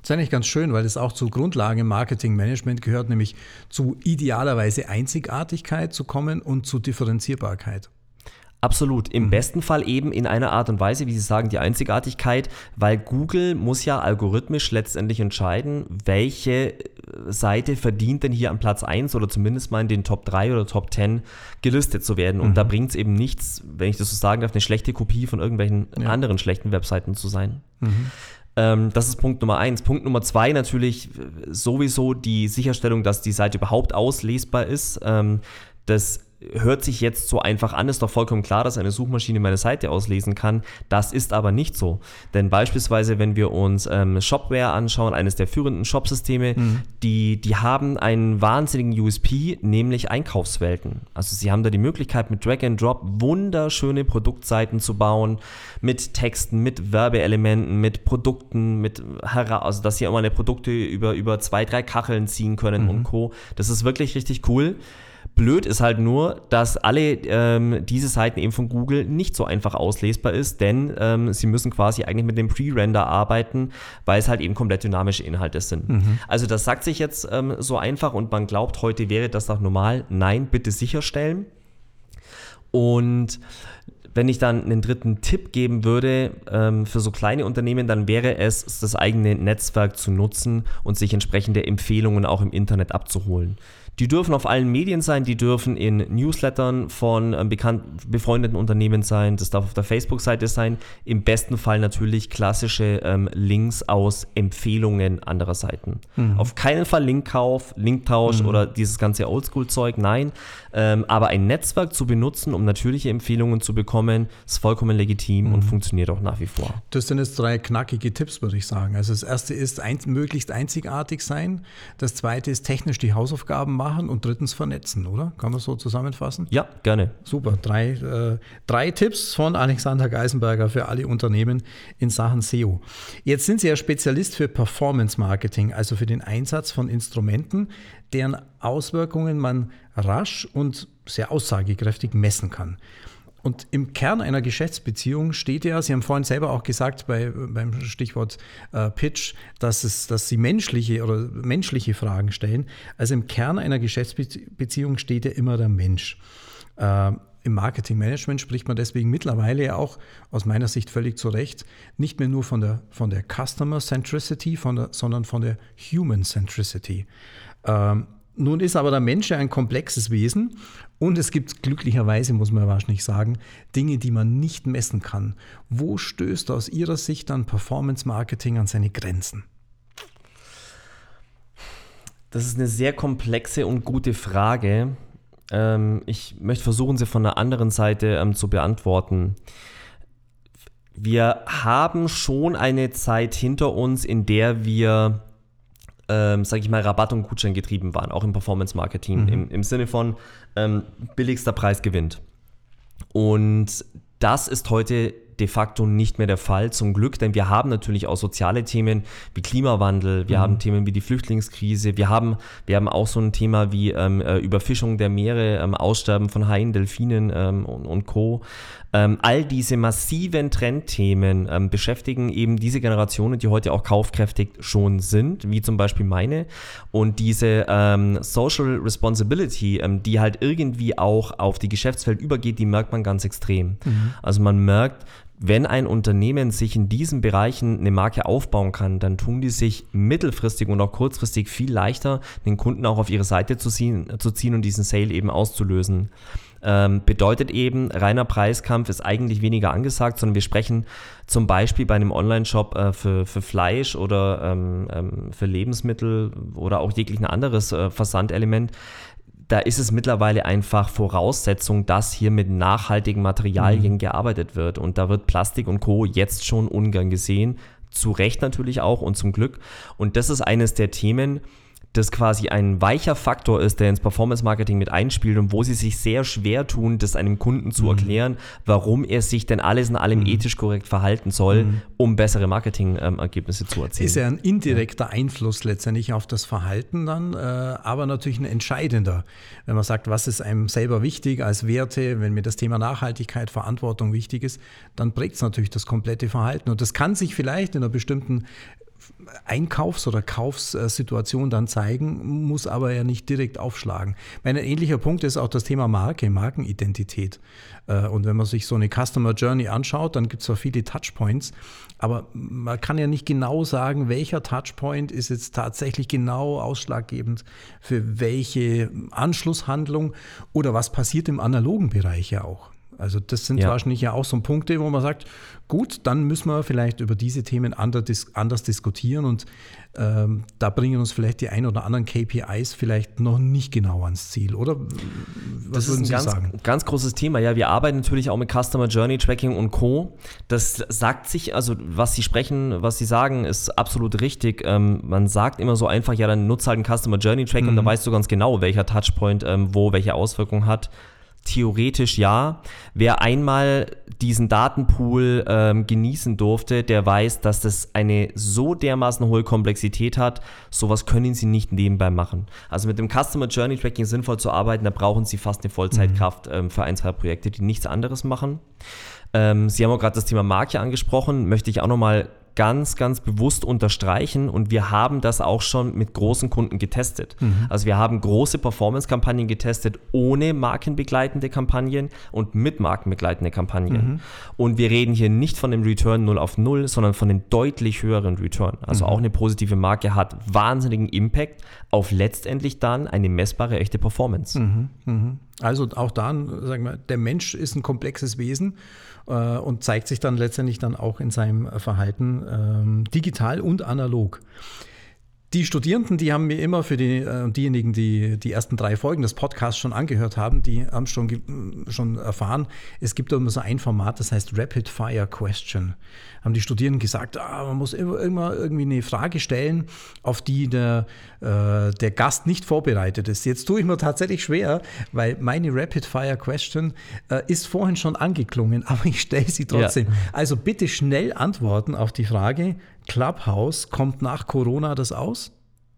Das ist eigentlich ganz schön, weil das auch zur Grundlage im Marketingmanagement gehört, nämlich zu idealerweise Einzigartigkeit zu kommen und zu Differenzierbarkeit. Absolut. Im mhm. besten Fall eben in einer Art und Weise, wie Sie sagen, die Einzigartigkeit, weil Google muss ja algorithmisch letztendlich entscheiden, welche Seite verdient denn hier an Platz eins oder zumindest mal in den Top drei oder Top zehn gelistet zu werden. Und mhm. da bringt es eben nichts, wenn ich das so sagen darf, eine schlechte Kopie von irgendwelchen ja. anderen schlechten Webseiten zu sein. Mhm. Ähm, das ist Punkt Nummer eins. Punkt Nummer zwei natürlich sowieso die Sicherstellung, dass die Seite überhaupt auslesbar ist. Ähm, das hört sich jetzt so einfach an, ist doch vollkommen klar, dass eine Suchmaschine meine Seite auslesen kann. Das ist aber nicht so. Denn beispielsweise, wenn wir uns ähm, Shopware anschauen, eines der führenden Shopsysteme, mhm. die, die haben einen wahnsinnigen U S P, nämlich Einkaufswelten. Also sie haben da die Möglichkeit, mit Drag and Drop wunderschöne Produktseiten zu bauen, mit Texten, mit Werbeelementen, mit Produkten, mit also dass sie auch meine Produkte über, über zwei, drei Kacheln ziehen können mhm. und Co. Das ist wirklich richtig cool. Blöd ist halt nur, dass alle ähm, diese Seiten eben von Google nicht so einfach auslesbar ist, denn ähm, sie müssen quasi eigentlich mit dem Pre-Render arbeiten, weil es halt eben komplett dynamische Inhalte sind. Mhm. Also das sagt sich jetzt ähm, so einfach und man glaubt, heute wäre das doch normal. Nein, bitte sicherstellen. Und wenn ich dann einen dritten Tipp geben würde ähm, für so kleine Unternehmen, dann wäre es, das eigene Netzwerk zu nutzen und sich entsprechende Empfehlungen auch im Internet abzuholen. Die dürfen auf allen Medien sein, die dürfen in Newslettern von ähm, bekannt, befreundeten Unternehmen sein, das darf auf der Facebook-Seite sein, im besten Fall natürlich klassische ähm, Links aus Empfehlungen anderer Seiten. Mhm. Auf keinen Fall Linkkauf, Linktausch mhm. oder dieses ganze Oldschool-Zeug, nein, ähm, aber ein Netzwerk zu benutzen, um natürliche Empfehlungen zu bekommen, ist vollkommen legitim mhm. und funktioniert auch nach wie vor. Das sind jetzt drei knackige Tipps, würde ich sagen. Also das erste ist ein, möglichst einzigartig sein, das zweite ist technisch die Hausaufgaben machen, machen und drittens vernetzen, oder? Kann man so zusammenfassen? Ja, gerne. Super. Drei, äh, drei Tipps von Alexander Geisenberger für alle Unternehmen in Sachen S E O. Jetzt sind Sie ja Spezialist für Performance Marketing, also für den Einsatz von Instrumenten, deren Auswirkungen man rasch und sehr aussagekräftig messen kann. Und im Kern einer Geschäftsbeziehung steht ja, Sie haben vorhin selber auch gesagt bei, beim Stichwort äh, Pitch, dass, es, dass Sie menschliche oder menschliche Fragen stellen. Also im Kern einer Geschäftsbeziehung steht ja immer der Mensch. Äh, Im Marketingmanagement spricht man deswegen mittlerweile ja auch, aus meiner Sicht völlig zu Recht, nicht mehr nur von der, von der Customer Centricity, von der, sondern von der Human Centricity. Ähm, Nun ist aber der Mensch ein komplexes Wesen und es gibt glücklicherweise, muss man wahrscheinlich sagen, Dinge, die man nicht messen kann. Wo stößt aus Ihrer Sicht dann Performance Marketing an seine Grenzen? Das ist eine sehr komplexe und gute Frage. Ähm, ich möchte versuchen, sie von der anderen Seite ähm, zu beantworten. Wir haben schon eine Zeit hinter uns, in der wir Ähm, sage ich mal, Rabatt- und Gutschein getrieben waren, auch im Performance-Marketing, mhm. im, im Sinne von ähm, billigster Preis gewinnt. Und das ist heute de facto nicht mehr der Fall, zum Glück, denn wir haben natürlich auch soziale Themen wie Klimawandel, wir mhm. haben Themen wie die Flüchtlingskrise, wir haben, wir haben auch so ein Thema wie ähm, Überfischung der Meere, ähm, Aussterben von Haien, Delfinen ähm, und, und Co. Ähm, all diese massiven Trendthemen ähm, beschäftigen eben diese Generationen, die heute auch kaufkräftig schon sind, wie zum Beispiel meine. Und diese ähm, Social Responsibility, ähm, die halt irgendwie auch auf die Geschäftswelt übergeht, die merkt man ganz extrem. Mhm. Also man merkt, wenn ein Unternehmen sich in diesen Bereichen eine Marke aufbauen kann, dann tun die sich mittelfristig und auch kurzfristig viel leichter, den Kunden auch auf ihre Seite zu ziehen, zu ziehen und diesen Sale eben auszulösen. Ähm, bedeutet eben, reiner Preiskampf ist eigentlich weniger angesagt, sondern wir sprechen zum Beispiel bei einem Online-Shop äh, für, für Fleisch oder ähm, ähm, für Lebensmittel oder auch jeglichen anderes äh, Versandelement. Da ist es mittlerweile einfach Voraussetzung, dass hier mit nachhaltigen Materialien mhm. gearbeitet wird. Und da wird Plastik und Co. jetzt schon ungern gesehen. Zu Recht natürlich auch und zum Glück. Und das ist eines der Themen, das quasi ein weicher Faktor ist, der ins Performance-Marketing mit einspielt und wo sie sich sehr schwer tun, das einem Kunden zu mhm. erklären, warum er sich denn alles in allem mhm. ethisch korrekt verhalten soll, mhm. um bessere Marketing-Ergebnisse zu erzielen. Ist ja ein indirekter Einfluss letztendlich auf das Verhalten dann, äh, aber natürlich ein entscheidender. Wenn man sagt, was ist einem selber wichtig als Werte, wenn mir das Thema Nachhaltigkeit, Verantwortung wichtig ist, dann prägt es natürlich das komplette Verhalten. Und das kann sich vielleicht in einer bestimmten Einkaufs- oder Kaufssituation dann zeigen, muss aber ja nicht direkt aufschlagen. Ein ähnlicher Punkt ist auch das Thema Marke, Markenidentität. Und wenn man sich so eine Customer Journey anschaut, dann gibt es zwar viele Touchpoints, aber man kann ja nicht genau sagen, welcher Touchpoint ist jetzt tatsächlich genau ausschlaggebend für welche Anschlusshandlung oder was passiert im analogen Bereich ja auch. Also das sind ja. wahrscheinlich ja auch so Punkte, wo man sagt, gut, dann müssen wir vielleicht über diese Themen anders, anders diskutieren und ähm, da bringen uns vielleicht die ein oder anderen K P Is vielleicht noch nicht genau ans Ziel, oder? Was das würden ist ein Sie ganz, sagen? Ganz großes Thema. Ja, wir arbeiten natürlich auch mit Customer Journey Tracking und Co. Das sagt sich, also was Sie sprechen, was Sie sagen, ist absolut richtig. Ähm, man sagt immer so einfach, ja, dann nutzt halt ein Customer Journey Tracking mhm. und dann weißt du ganz genau, welcher Touchpoint ähm, wo welche Auswirkungen hat. Theoretisch ja. Wer einmal diesen Datenpool ähm, genießen durfte, der weiß, dass das eine so dermaßen hohe Komplexität hat, sowas können Sie nicht nebenbei machen. Also mit dem Customer Journey Tracking sinnvoll zu arbeiten, da brauchen Sie fast eine Vollzeitkraft ähm, für ein, zwei Projekte, die nichts anderes machen. Ähm, Sie haben auch gerade das Thema Marke angesprochen, möchte ich auch nochmal ganz, ganz bewusst unterstreichen und wir haben das auch schon mit großen Kunden getestet. Mhm. Also wir haben große Performance-Kampagnen getestet ohne markenbegleitende Kampagnen und mit markenbegleitende Kampagnen. Mhm. Und wir reden hier nicht von dem Return null auf null, sondern von einem deutlich höheren Return. Also mhm. auch eine positive Marke hat wahnsinnigen Impact auf letztendlich dann eine messbare, echte Performance. Mhm. Mhm. Also auch da, sagen wir, der Mensch ist ein komplexes Wesen äh, und zeigt sich dann letztendlich dann auch in seinem Verhalten ähm, digital und analog. Die Studierenden, die haben mir immer für die, äh, diejenigen, die die ersten drei Folgen des Podcasts schon angehört haben, die haben schon, ge- schon erfahren, es gibt immer so ein Format, das heißt Rapid Fire Question. Haben die Studierenden gesagt, ah, man muss immer, immer irgendwie eine Frage stellen, auf die der, äh, der Gast nicht vorbereitet ist. Jetzt tue ich mir tatsächlich schwer, weil meine Rapid Fire Question äh, ist vorhin schon angeklungen, aber ich stelle sie trotzdem. Ja. Also bitte schnell antworten auf die Frage, Clubhouse, kommt nach Corona das aus?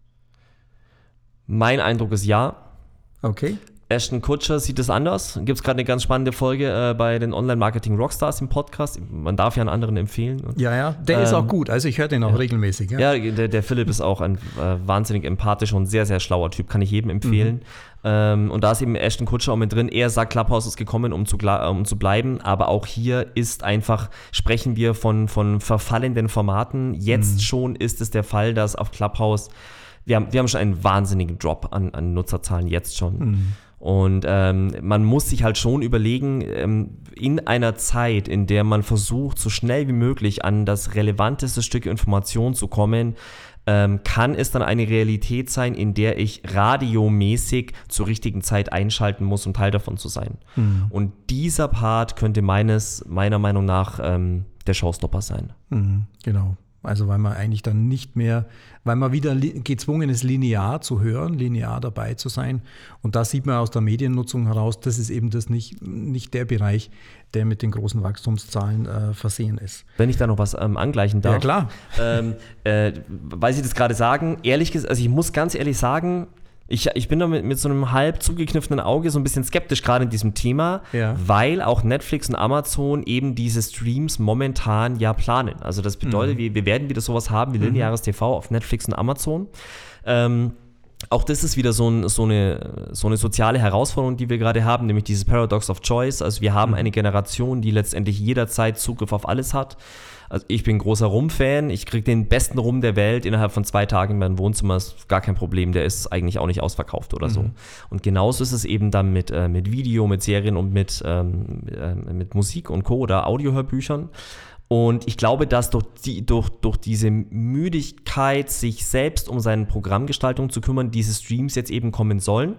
Mein Eindruck ist ja. Okay. Ashton Kutcher sieht es anders. Gibt es gerade eine ganz spannende Folge äh, bei den Online-Marketing-Rockstars im Podcast. Man darf ja einen anderen empfehlen. Und, ja, ja, der ähm, ist auch gut. Also ich höre den auch ja. regelmäßig. Ja, ja der, der Philipp ist auch ein äh, wahnsinnig empathischer und sehr, sehr schlauer Typ. Kann ich jedem empfehlen. Mhm. Ähm, und da ist eben Ashton Kutcher auch mit drin. Er sagt, Clubhouse ist gekommen, um zu, um zu bleiben. Aber auch hier ist einfach, sprechen wir von, von verfallenden Formaten. Jetzt mhm. schon ist es der Fall, dass auf Clubhouse, wir haben, wir haben schon einen wahnsinnigen Drop an, an Nutzerzahlen jetzt schon. Mhm. Und ähm, man muss sich halt schon überlegen, ähm, in einer Zeit, in der man versucht, so schnell wie möglich an das relevanteste Stück Information zu kommen, ähm, kann es dann eine Realität sein, in der ich radiomäßig zur richtigen Zeit einschalten muss, um Teil davon zu sein. Mhm. Und dieser Part könnte meines, meiner Meinung nach ähm, der Showstopper sein. Mhm, genau. Also weil man eigentlich dann nicht mehr, weil man wieder li- gezwungen ist, linear zu hören, linear dabei zu sein. Und da sieht man aus der Mediennutzung heraus, das ist eben das nicht, nicht der Bereich, der mit den großen Wachstumszahlen äh, versehen ist. Wenn ich da noch was ähm, angleichen darf. Ja, klar. Ähm, äh, weil Sie das gerade sagen, ehrlich gesagt, also ich muss ganz ehrlich sagen, Ich, ich bin da mit, mit so einem halb zugekniffenen Auge so ein bisschen skeptisch gerade in diesem Thema, ja. weil auch Netflix und Amazon eben diese Streams momentan ja planen. Also das bedeutet, mhm. wir, wir werden wieder sowas haben wie lineares mhm. T V auf Netflix und Amazon. Ähm, auch das ist wieder so, ein, so, eine, so eine soziale Herausforderung, die wir gerade haben, nämlich dieses Paradox of Choice. Also wir haben mhm. eine Generation, die letztendlich jederzeit Zugriff auf alles hat. Also ich bin ein großer Rum-Fan, ich kriege den besten Rum der Welt innerhalb von zwei Tagen in meinem Wohnzimmer, ist gar kein Problem, der ist eigentlich auch nicht ausverkauft oder mhm. so. Und genauso ist es eben dann mit, äh, mit Video, mit Serien und mit, ähm, äh, mit Musik und Co. oder Audiohörbüchern. Und ich glaube, dass durch, die, durch, durch diese Müdigkeit, sich selbst um seine Programmgestaltung zu kümmern, diese Streams jetzt eben kommen sollen.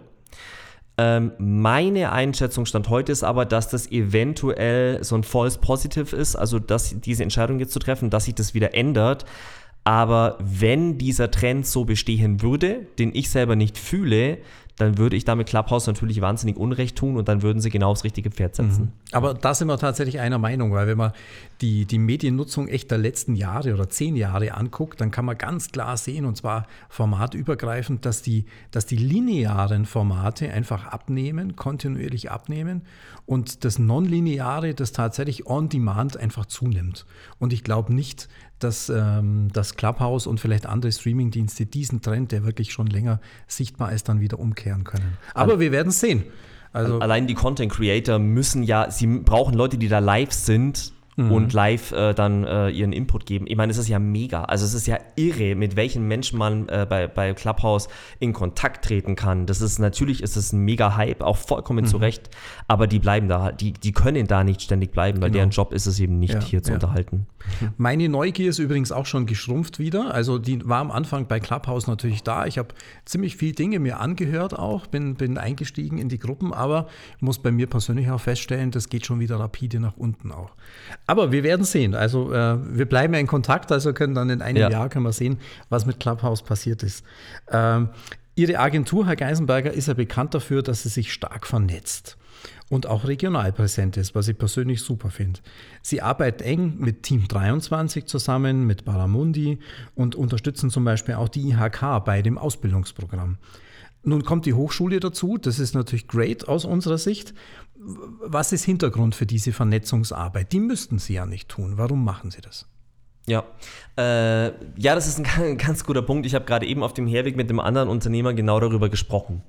Meine Einschätzung Stand heute ist aber, dass das eventuell so ein False Positive ist, also dass diese Entscheidung jetzt zu treffen, dass sich das wieder ändert. Aber wenn dieser Trend so bestehen würde, den ich selber nicht fühle, dann würde ich damit Clubhouse natürlich wahnsinnig Unrecht tun und dann würden sie genau aufs richtige Pferd setzen. Mhm. Aber da sind wir tatsächlich einer Meinung, weil wenn man die, die Mediennutzung echt der letzten Jahre oder zehn Jahre anguckt, dann kann man ganz klar sehen, und zwar formatübergreifend, dass die, dass die linearen Formate einfach abnehmen, kontinuierlich abnehmen und das Nonlineare, das tatsächlich on demand einfach zunimmt. Und ich glaube nicht, dass ähm, das Clubhouse und vielleicht andere Streamingdienste diesen Trend, der wirklich schon länger sichtbar ist, dann wieder umkehren können. Aber An- wir werden es sehen. Also Allein die Content Creator müssen ja, sie brauchen Leute, die da live sind mhm. und live äh, dann äh, ihren Input geben. Ich meine, es ist ja mega. Also es ist ja irre, mit welchen Menschen man äh, bei, bei Clubhouse in Kontakt treten kann. Das ist natürlich ist es ein mega Hype, auch vollkommen mhm. zu Recht. Aber die bleiben da, die, die können da nicht ständig bleiben, weil genau. deren Job ist es eben nicht, ja, hier zu ja. unterhalten. Meine Neugier ist übrigens auch schon geschrumpft wieder. Also die war am Anfang bei Clubhouse natürlich da. Ich habe ziemlich viele Dinge mir angehört auch, bin, bin eingestiegen in die Gruppen, aber muss bei mir persönlich auch feststellen, das geht schon wieder rapide nach unten auch. Aber wir werden sehen. Also äh, wir bleiben ja in Kontakt, also können dann in einem ja. Jahr können wir sehen, was mit Clubhouse passiert ist. Ähm, Ihre Agentur, Herr Geisenberger, ist ja bekannt dafür, dass sie sich stark vernetzt und auch regional präsent ist, was ich persönlich super finde. Sie arbeiten eng mit Team dreiundzwanzig zusammen, mit Baramundi und unterstützen zum Beispiel auch die I H K bei dem Ausbildungsprogramm. Nun kommt die Hochschule dazu, das ist natürlich great aus unserer Sicht. Was ist Hintergrund für diese Vernetzungsarbeit? Die müssten Sie ja nicht tun. Warum machen Sie das? Ja, äh, ja, das ist ein ganz guter Punkt. Ich habe gerade eben auf dem Herweg mit einem anderen Unternehmer genau darüber gesprochen.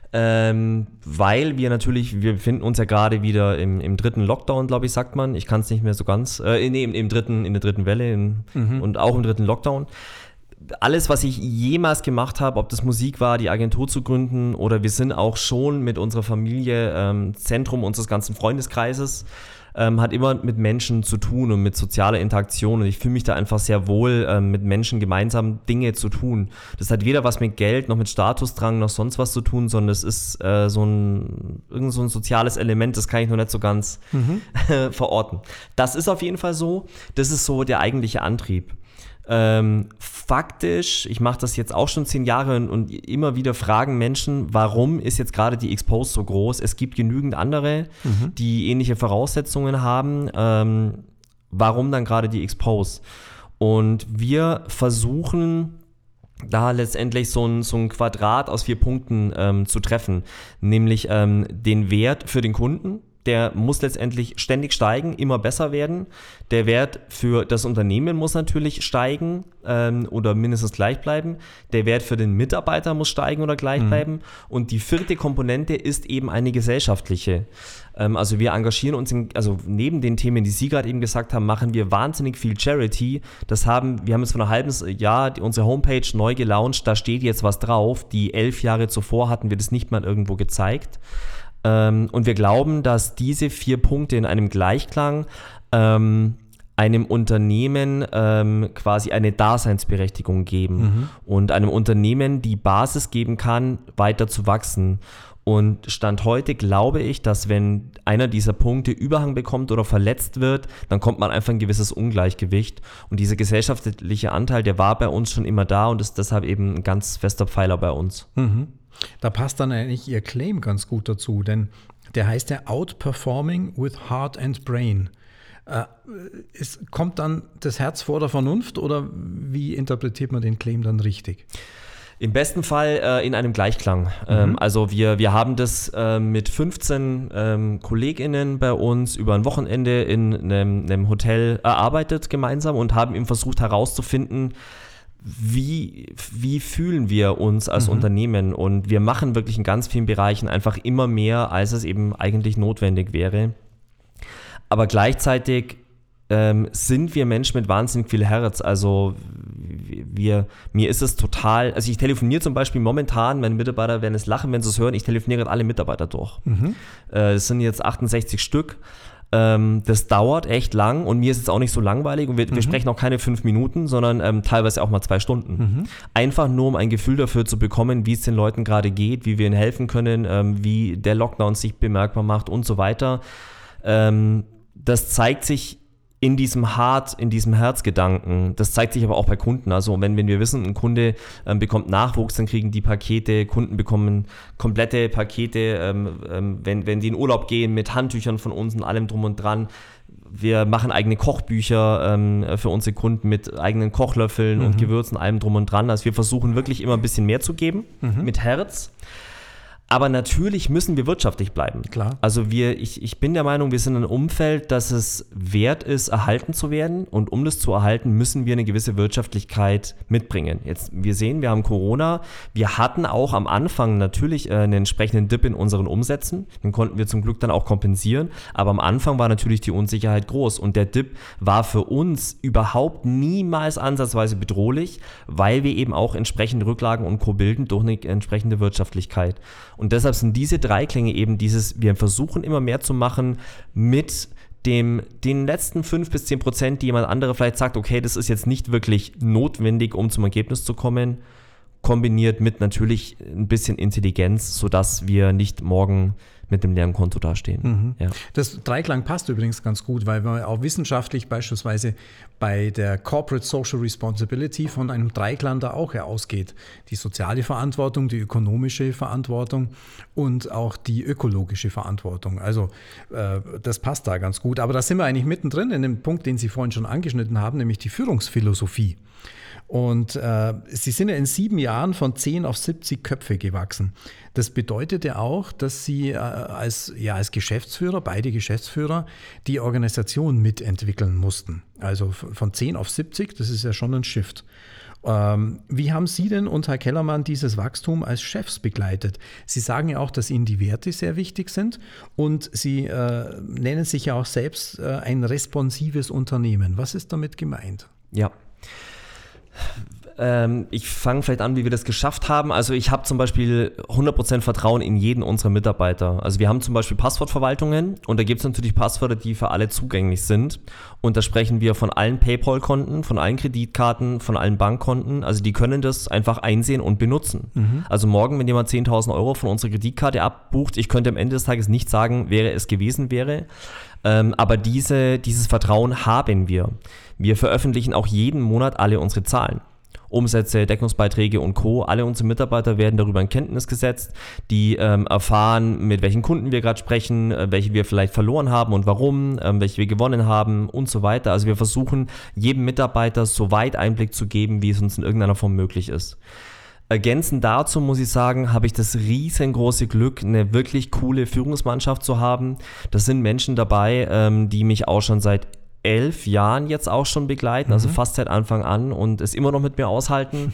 Ähm, weil wir natürlich, wir befinden uns ja gerade wieder im, im dritten Lockdown, glaube ich, sagt man. Ich kann es nicht mehr so ganz, äh, nee, im, im dritten, in der dritten Welle in, mhm. und auch im dritten Lockdown. Alles, was ich jemals gemacht habe, ob das Musik war, die Agentur zu gründen oder wir sind auch schon mit unserer Familie ähm, Zentrum unseres ganzen Freundeskreises, ähm, hat immer mit Menschen zu tun und mit sozialer Interaktion und ich fühle mich da einfach sehr wohl, ähm, mit Menschen gemeinsam Dinge zu tun. Das hat weder was mit Geld noch mit Statusdrang noch sonst was zu tun, sondern es ist äh, so ein, irgend so ein soziales Element, das kann ich noch nicht so ganz mhm. verorten. Das ist auf jeden Fall so, das ist so der eigentliche Antrieb. Ähm, faktisch, ich mache das jetzt auch schon zehn Jahre und, und immer wieder fragen Menschen, warum ist jetzt gerade die Expose so groß? Es gibt genügend andere, mhm. die ähnliche Voraussetzungen haben. Ähm, warum dann gerade die Expose? Und wir versuchen da letztendlich so ein, so ein Quadrat aus vier Punkten ähm, zu treffen, nämlich ähm, den Wert für den Kunden. Der muss letztendlich ständig steigen, immer besser werden. Der Wert für das Unternehmen muss natürlich steigen ähm, oder mindestens gleich bleiben. Der Wert für den Mitarbeiter muss steigen oder gleich mhm. bleiben. Und die vierte Komponente ist eben eine gesellschaftliche. Ähm, also wir engagieren uns, in, also neben den Themen, die Sie gerade eben gesagt haben, machen wir wahnsinnig viel Charity. Das haben, wir haben jetzt vor einem halben Jahr die, unsere Homepage neu gelauncht. Da steht jetzt was drauf. Die elf Jahre zuvor hatten wir das nicht mal irgendwo gezeigt. Und wir glauben, dass diese vier Punkte in einem Gleichklang ähm, einem Unternehmen ähm, quasi eine Daseinsberechtigung geben mhm. und einem Unternehmen die Basis geben kann, weiter zu wachsen. Und Stand heute glaube ich, dass wenn einer dieser Punkte Überhang bekommt oder verletzt wird, dann kommt man einfach ein gewisses Ungleichgewicht. Und dieser gesellschaftliche Anteil, der war bei uns schon immer da und ist deshalb eben ein ganz fester Pfeiler bei uns. Mhm. Da passt dann eigentlich Ihr Claim ganz gut dazu, denn der heißt ja Outperforming with Heart and Brain. Äh, es, kommt dann das Herz vor der Vernunft oder wie interpretiert man den Claim dann richtig? Im besten Fall äh, in einem Gleichklang. Mhm. Ähm, also wir, wir haben das äh, mit fünfzehn ähm, KollegInnen bei uns über ein Wochenende in einem, einem Hotel erarbeitet gemeinsam und haben eben versucht herauszufinden, Wie, wie fühlen wir uns als mhm. Unternehmen? Und wir machen wirklich in ganz vielen Bereichen einfach immer mehr, als es eben eigentlich notwendig wäre. Aber gleichzeitig ähm, sind wir Menschen mit wahnsinnig viel Herz. Also wir, mir ist es total, also ich telefoniere zum Beispiel momentan, meine Mitarbeiter werden es lachen, wenn sie es hören, ich telefoniere gerade alle Mitarbeiter durch. Mhm. Äh, es sind jetzt achtundsechzig Stück. Ähm, das dauert echt lang und mir ist es auch nicht so langweilig und wir, mhm. wir sprechen auch keine fünf Minuten, sondern ähm, teilweise auch mal zwei Stunden. Mhm. Einfach nur, um ein Gefühl dafür zu bekommen, wie es den Leuten gerade geht, wie wir ihnen helfen können, ähm, wie der Lockdown sich bemerkbar macht und so weiter. Ähm, das zeigt sich in diesem Hart, in diesem Herzgedanken, das zeigt sich aber auch bei Kunden. Also wenn, wenn wir wissen, ein Kunde ähm, bekommt Nachwuchs, dann kriegen die Pakete, Kunden bekommen komplette Pakete, ähm, ähm, wenn, wenn die in Urlaub gehen mit Handtüchern von uns und allem drum und dran. Wir machen eigene Kochbücher ähm, für unsere Kunden mit eigenen Kochlöffeln mhm. und Gewürzen, allem drum und dran. Also wir versuchen wirklich immer ein bisschen mehr zu geben, mhm. mit Herz. Aber natürlich müssen wir wirtschaftlich bleiben. Klar. Also wir, ich, ich bin der Meinung, wir sind in einem Umfeld, dass es wert ist, erhalten zu werden. Und um das zu erhalten, müssen wir eine gewisse Wirtschaftlichkeit mitbringen. Jetzt, wir sehen, wir haben Corona. Wir hatten auch am Anfang natürlich äh, einen entsprechenden Dip in unseren Umsätzen. Den konnten wir zum Glück dann auch kompensieren. Aber am Anfang war natürlich die Unsicherheit groß. Und der Dip war für uns überhaupt niemals ansatzweise bedrohlich, weil wir eben auch entsprechende Rücklagen und Co. bilden durch eine entsprechende Wirtschaftlichkeit. Und deshalb sind diese Dreiklänge eben dieses, wir versuchen immer mehr zu machen mit dem, den letzten fünf bis zehn Prozent, die jemand andere vielleicht sagt, okay, das ist jetzt nicht wirklich notwendig, um zum Ergebnis zu kommen, kombiniert mit natürlich ein bisschen Intelligenz, sodass wir nicht morgen mit dem leeren Konto dastehen. Mhm. Ja. Das Dreiklang passt übrigens ganz gut, weil man auch wissenschaftlich beispielsweise bei der Corporate Social Responsibility von einem Dreiklang da auch ausgeht. Die soziale Verantwortung, die ökonomische Verantwortung und auch die ökologische Verantwortung. Also äh, das passt da ganz gut. Aber da sind wir eigentlich mittendrin in dem Punkt, den Sie vorhin schon angeschnitten haben, nämlich die Führungsphilosophie. Und äh, Sie sind ja in sieben Jahren von zehn auf siebzig Köpfe gewachsen. Das bedeutet ja auch, dass Sie äh, als, ja, als Geschäftsführer, beide Geschäftsführer, die Organisation mitentwickeln mussten. Also von zehn auf siebzig, das ist ja schon ein Shift. Ähm, wie haben Sie denn und Herr Kellermann dieses Wachstum als Chefs begleitet? Sie sagen ja auch, dass Ihnen die Werte sehr wichtig sind und Sie äh, nennen sich ja auch selbst äh, ein responsives Unternehmen. Was ist damit gemeint? Ja. Ähm, ich fange vielleicht an, wie wir das geschafft haben. Also ich habe zum Beispiel hundert Prozent Vertrauen in jeden unserer Mitarbeiter. Also wir haben zum Beispiel Passwortverwaltungen und da gibt es natürlich Passwörter, die für alle zugänglich sind. Und da sprechen wir von allen PayPal-Konten, von allen Kreditkarten, von allen Bankkonten. Also die können das einfach einsehen und benutzen. Mhm. Also morgen, wenn jemand zehntausend Euro von unserer Kreditkarte abbucht, ich könnte am Ende des Tages nicht sagen, wer es gewesen wäre. Ähm, aber diese, dieses Vertrauen haben wir. Wir veröffentlichen auch jeden Monat alle unsere Zahlen. Umsätze, Deckungsbeiträge und Co. Alle unsere Mitarbeiter werden darüber in Kenntnis gesetzt. Die ähm, erfahren, mit welchen Kunden wir gerade sprechen, äh, welche wir vielleicht verloren haben und warum, äh, welche wir gewonnen haben und so weiter. Also wir versuchen, jedem Mitarbeiter so weit Einblick zu geben, wie es uns in irgendeiner Form möglich ist. Ergänzend dazu muss ich sagen, habe ich das riesengroße Glück, eine wirklich coole Führungsmannschaft zu haben. Das sind Menschen dabei, ähm, die mich auch schon seit elf Jahren jetzt auch schon begleiten, mhm. also fast seit Anfang an und es immer noch mit mir aushalten.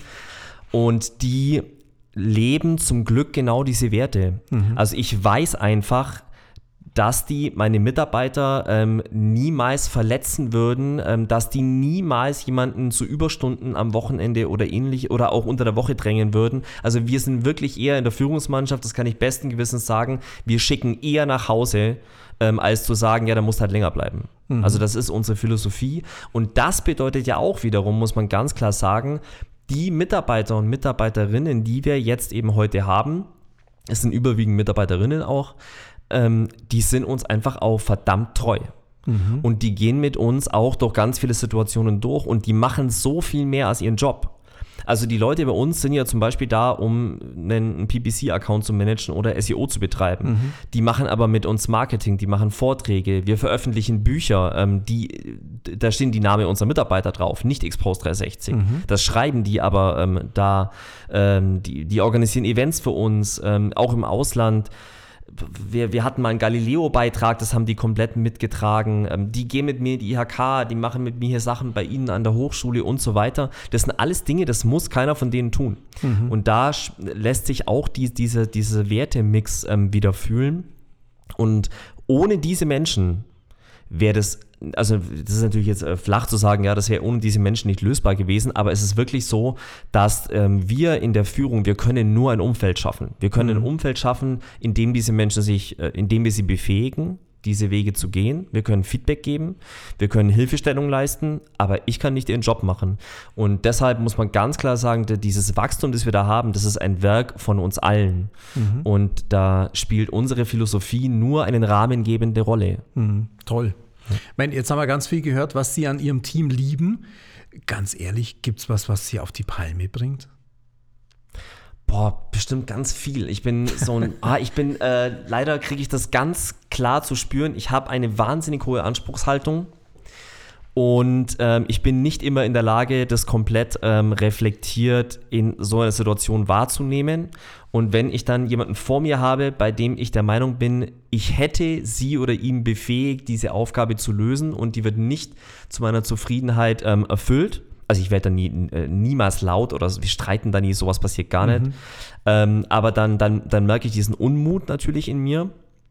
Und die leben zum Glück genau diese Werte. Mhm. Also ich weiß einfach, dass die meine Mitarbeiter ähm, niemals verletzen würden, ähm, dass die niemals jemanden zu Überstunden am Wochenende oder ähnlich oder auch unter der Woche drängen würden. Also wir sind wirklich eher in der Führungsmannschaft, das kann ich besten Gewissens sagen, wir schicken eher nach Hause, ähm, als zu sagen, ja, da musst halt länger bleiben. Mhm. Also das ist unsere Philosophie und das bedeutet ja auch wiederum, muss man ganz klar sagen, die Mitarbeiter und Mitarbeiterinnen, die wir jetzt eben heute haben, es sind überwiegend Mitarbeiterinnen auch, Ähm, die sind uns einfach auch verdammt treu. Mhm. Und die gehen mit uns auch durch ganz viele Situationen durch und die machen so viel mehr als ihren Job. Also die Leute bei uns sind ja zum Beispiel da, um einen P P C-Account zu managen oder S E O zu betreiben. Mhm. Die machen aber mit uns Marketing, die machen Vorträge, wir veröffentlichen Bücher, ähm, die, da stehen die Namen unserer Mitarbeiter drauf, nicht Xpost dreihundertsechzig. Mhm. Das schreiben die aber ähm, da, ähm, die, die organisieren Events für uns, ähm, auch im Ausland. Wir, wir hatten mal einen Galileo-Beitrag, das haben die komplett mitgetragen. Ähm, die gehen mit mir in die I H K, die machen mit mir hier Sachen bei ihnen an der Hochschule und so weiter. Das sind alles Dinge, das muss keiner von denen tun. Mhm. Und da sch- lässt sich auch die, diese, diese Wertemix ähm, wieder fühlen. Und ohne diese Menschen wäre das, also das ist natürlich jetzt äh, flach zu sagen, ja, das wäre ohne diese Menschen nicht lösbar gewesen, aber es ist wirklich so, dass ähm, wir in der Führung, wir können nur ein Umfeld schaffen. Wir können mhm. ein Umfeld schaffen, in dem diese Menschen sich, äh, in dem wir sie befähigen, diese Wege zu gehen. Wir können Feedback geben, wir können Hilfestellung leisten, aber ich kann nicht ihren Job machen. Und deshalb muss man ganz klar sagen, dieses Wachstum, das wir da haben, das ist ein Werk von uns allen. Mhm. Und da spielt unsere Philosophie nur eine rahmengebende Rolle. Mhm. Toll. Ich meine, jetzt haben wir ganz viel gehört, was Sie an Ihrem Team lieben. Ganz ehrlich, gibt es was, was Sie auf die Palme bringt? Boah, bestimmt ganz viel. Ich bin so ein, ah, ich bin, äh, leider kriege ich das ganz klar zu spüren. Ich habe eine wahnsinnig hohe Anspruchshaltung und ähm, ich bin nicht immer in der Lage, das komplett ähm, reflektiert in so einer Situation wahrzunehmen. Und wenn ich dann jemanden vor mir habe, bei dem ich der Meinung bin, ich hätte sie oder ihn befähigt, diese Aufgabe zu lösen und die wird nicht zu meiner Zufriedenheit ähm, erfüllt, also ich werde da nie, äh, niemals laut oder wir streiten da nie, sowas passiert gar nicht. Mhm. Ähm, aber dann, dann, dann merke ich diesen Unmut natürlich in mir.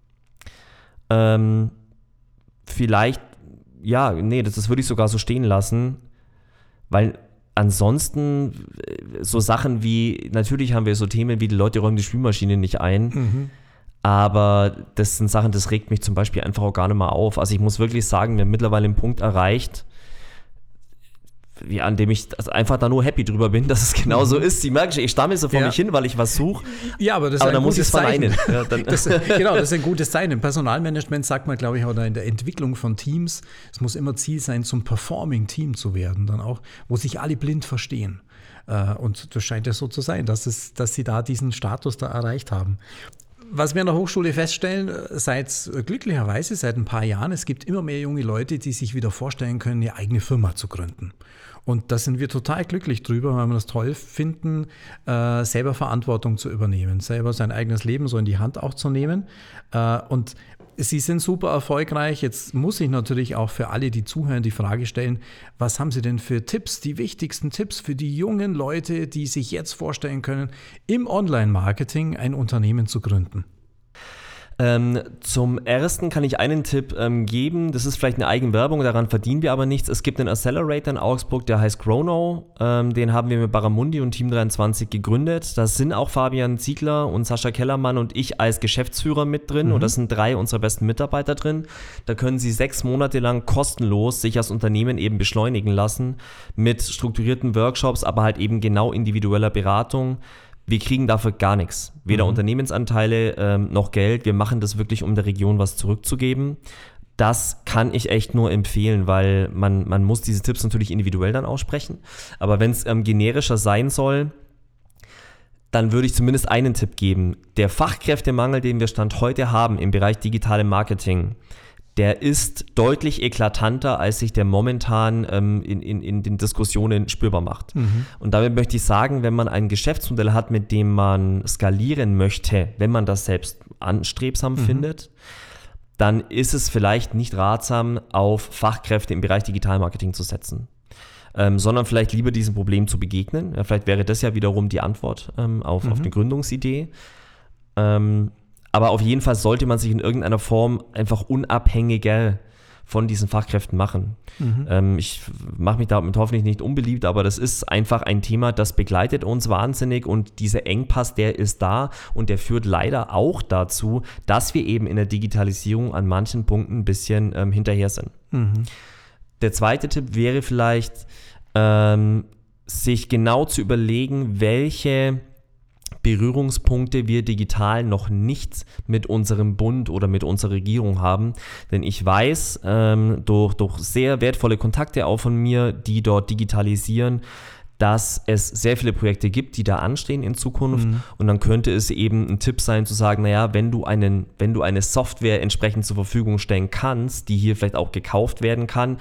Ähm, vielleicht, ja, nee, das, das würde ich sogar so stehen lassen, weil ansonsten so Sachen wie, natürlich haben wir so Themen wie die Leute räumen die Spülmaschine nicht ein, mhm. aber das sind Sachen, das regt mich zum Beispiel einfach auch gar nicht mal auf. Also ich muss wirklich sagen, wir haben mittlerweile einen Punkt erreicht, wie, an dem ich einfach da nur happy drüber bin, dass es genau so ist. Sie merken schon, ich stammel so vor ja. mich hin, weil ich was suche. Ja, aber das ist aber ein dann muss ich es verneinen. Ja, das, genau, das ist ein gutes Zeichen. Im Personalmanagement sagt man, glaube ich, oder in der Entwicklung von Teams, es muss immer Ziel sein, zum Performing-Team zu werden, dann auch, wo sich alle blind verstehen. Und das scheint ja so zu sein, dass, es, dass sie da diesen Status da erreicht haben. Was wir an der Hochschule feststellen, seit glücklicherweise seit ein paar Jahren, es gibt immer mehr junge Leute, die sich wieder vorstellen können, eine eigene Firma zu gründen. Und da sind wir total glücklich drüber, weil wir das toll finden, äh, selber Verantwortung zu übernehmen, selber sein eigenes Leben so in die Hand auch zu nehmen. Äh, und Sie sind super erfolgreich. Jetzt muss ich natürlich auch für alle, die zuhören, die Frage stellen, was haben Sie denn für Tipps, die wichtigsten Tipps für die jungen Leute, die sich jetzt vorstellen können, im Online-Marketing ein Unternehmen zu gründen? Ähm, zum ersten kann ich einen Tipp ähm, geben, das ist vielleicht eine Eigenwerbung, daran verdienen wir aber nichts. Es gibt einen Accelerator in Augsburg, der heißt Grono, ähm, den haben wir mit Barramundi und Team dreiundzwanzig gegründet. Da sind auch Fabian Ziegler und Sascha Kellermann und ich als Geschäftsführer mit drin mhm. und das sind drei unserer besten Mitarbeiter drin. Da können Sie sechs Monate lang kostenlos sich als Unternehmen eben beschleunigen lassen mit strukturierten Workshops, aber halt eben genau individueller Beratung. Wir kriegen dafür gar nichts. Weder mhm. Unternehmensanteile ähm, noch Geld. Wir machen das wirklich, um der Region was zurückzugeben. Das kann ich echt nur empfehlen, weil man, man muss diese Tipps natürlich individuell dann aussprechen. Aber wenn es ähm, generischer sein soll, dann würde ich zumindest einen Tipp geben. Der Fachkräftemangel, den wir Stand heute haben im Bereich digitale Marketing, der ist deutlich eklatanter, als sich der momentan ähm, in, in, in den Diskussionen spürbar macht. Mhm. Und damit möchte ich sagen, wenn man ein Geschäftsmodell hat, mit dem man skalieren möchte, wenn man das selbst anstrebsam mhm. findet, dann ist es vielleicht nicht ratsam, auf Fachkräfte im Bereich Digitalmarketing zu setzen, ähm, sondern vielleicht lieber diesem Problem zu begegnen. Ja, vielleicht wäre das ja wiederum die Antwort ähm, auf, mhm. auf eine Gründungsidee. Ähm, Aber auf jeden Fall sollte man sich in irgendeiner Form einfach unabhängiger von diesen Fachkräften machen. Mhm. Ähm, ich mache mich damit hoffentlich nicht unbeliebt, aber das ist einfach ein Thema, das begleitet uns wahnsinnig und dieser Engpass, der ist da und der führt leider auch dazu, dass wir eben in der Digitalisierung an manchen Punkten ein bisschen ähm, hinterher sind. Mhm. Der zweite Tipp wäre vielleicht, ähm, sich genau zu überlegen, welche Berührungspunkte wir digital noch nicht mit unserem Bund oder mit unserer Regierung haben. Denn ich weiß ähm, durch, durch sehr wertvolle Kontakte auch von mir, die dort digitalisieren, dass es sehr viele Projekte gibt, die da anstehen in Zukunft. Mhm. Und dann könnte es eben ein Tipp sein zu sagen, naja, wenn du, einen, wenn du eine Software entsprechend zur Verfügung stellen kannst, die hier vielleicht auch gekauft werden kann,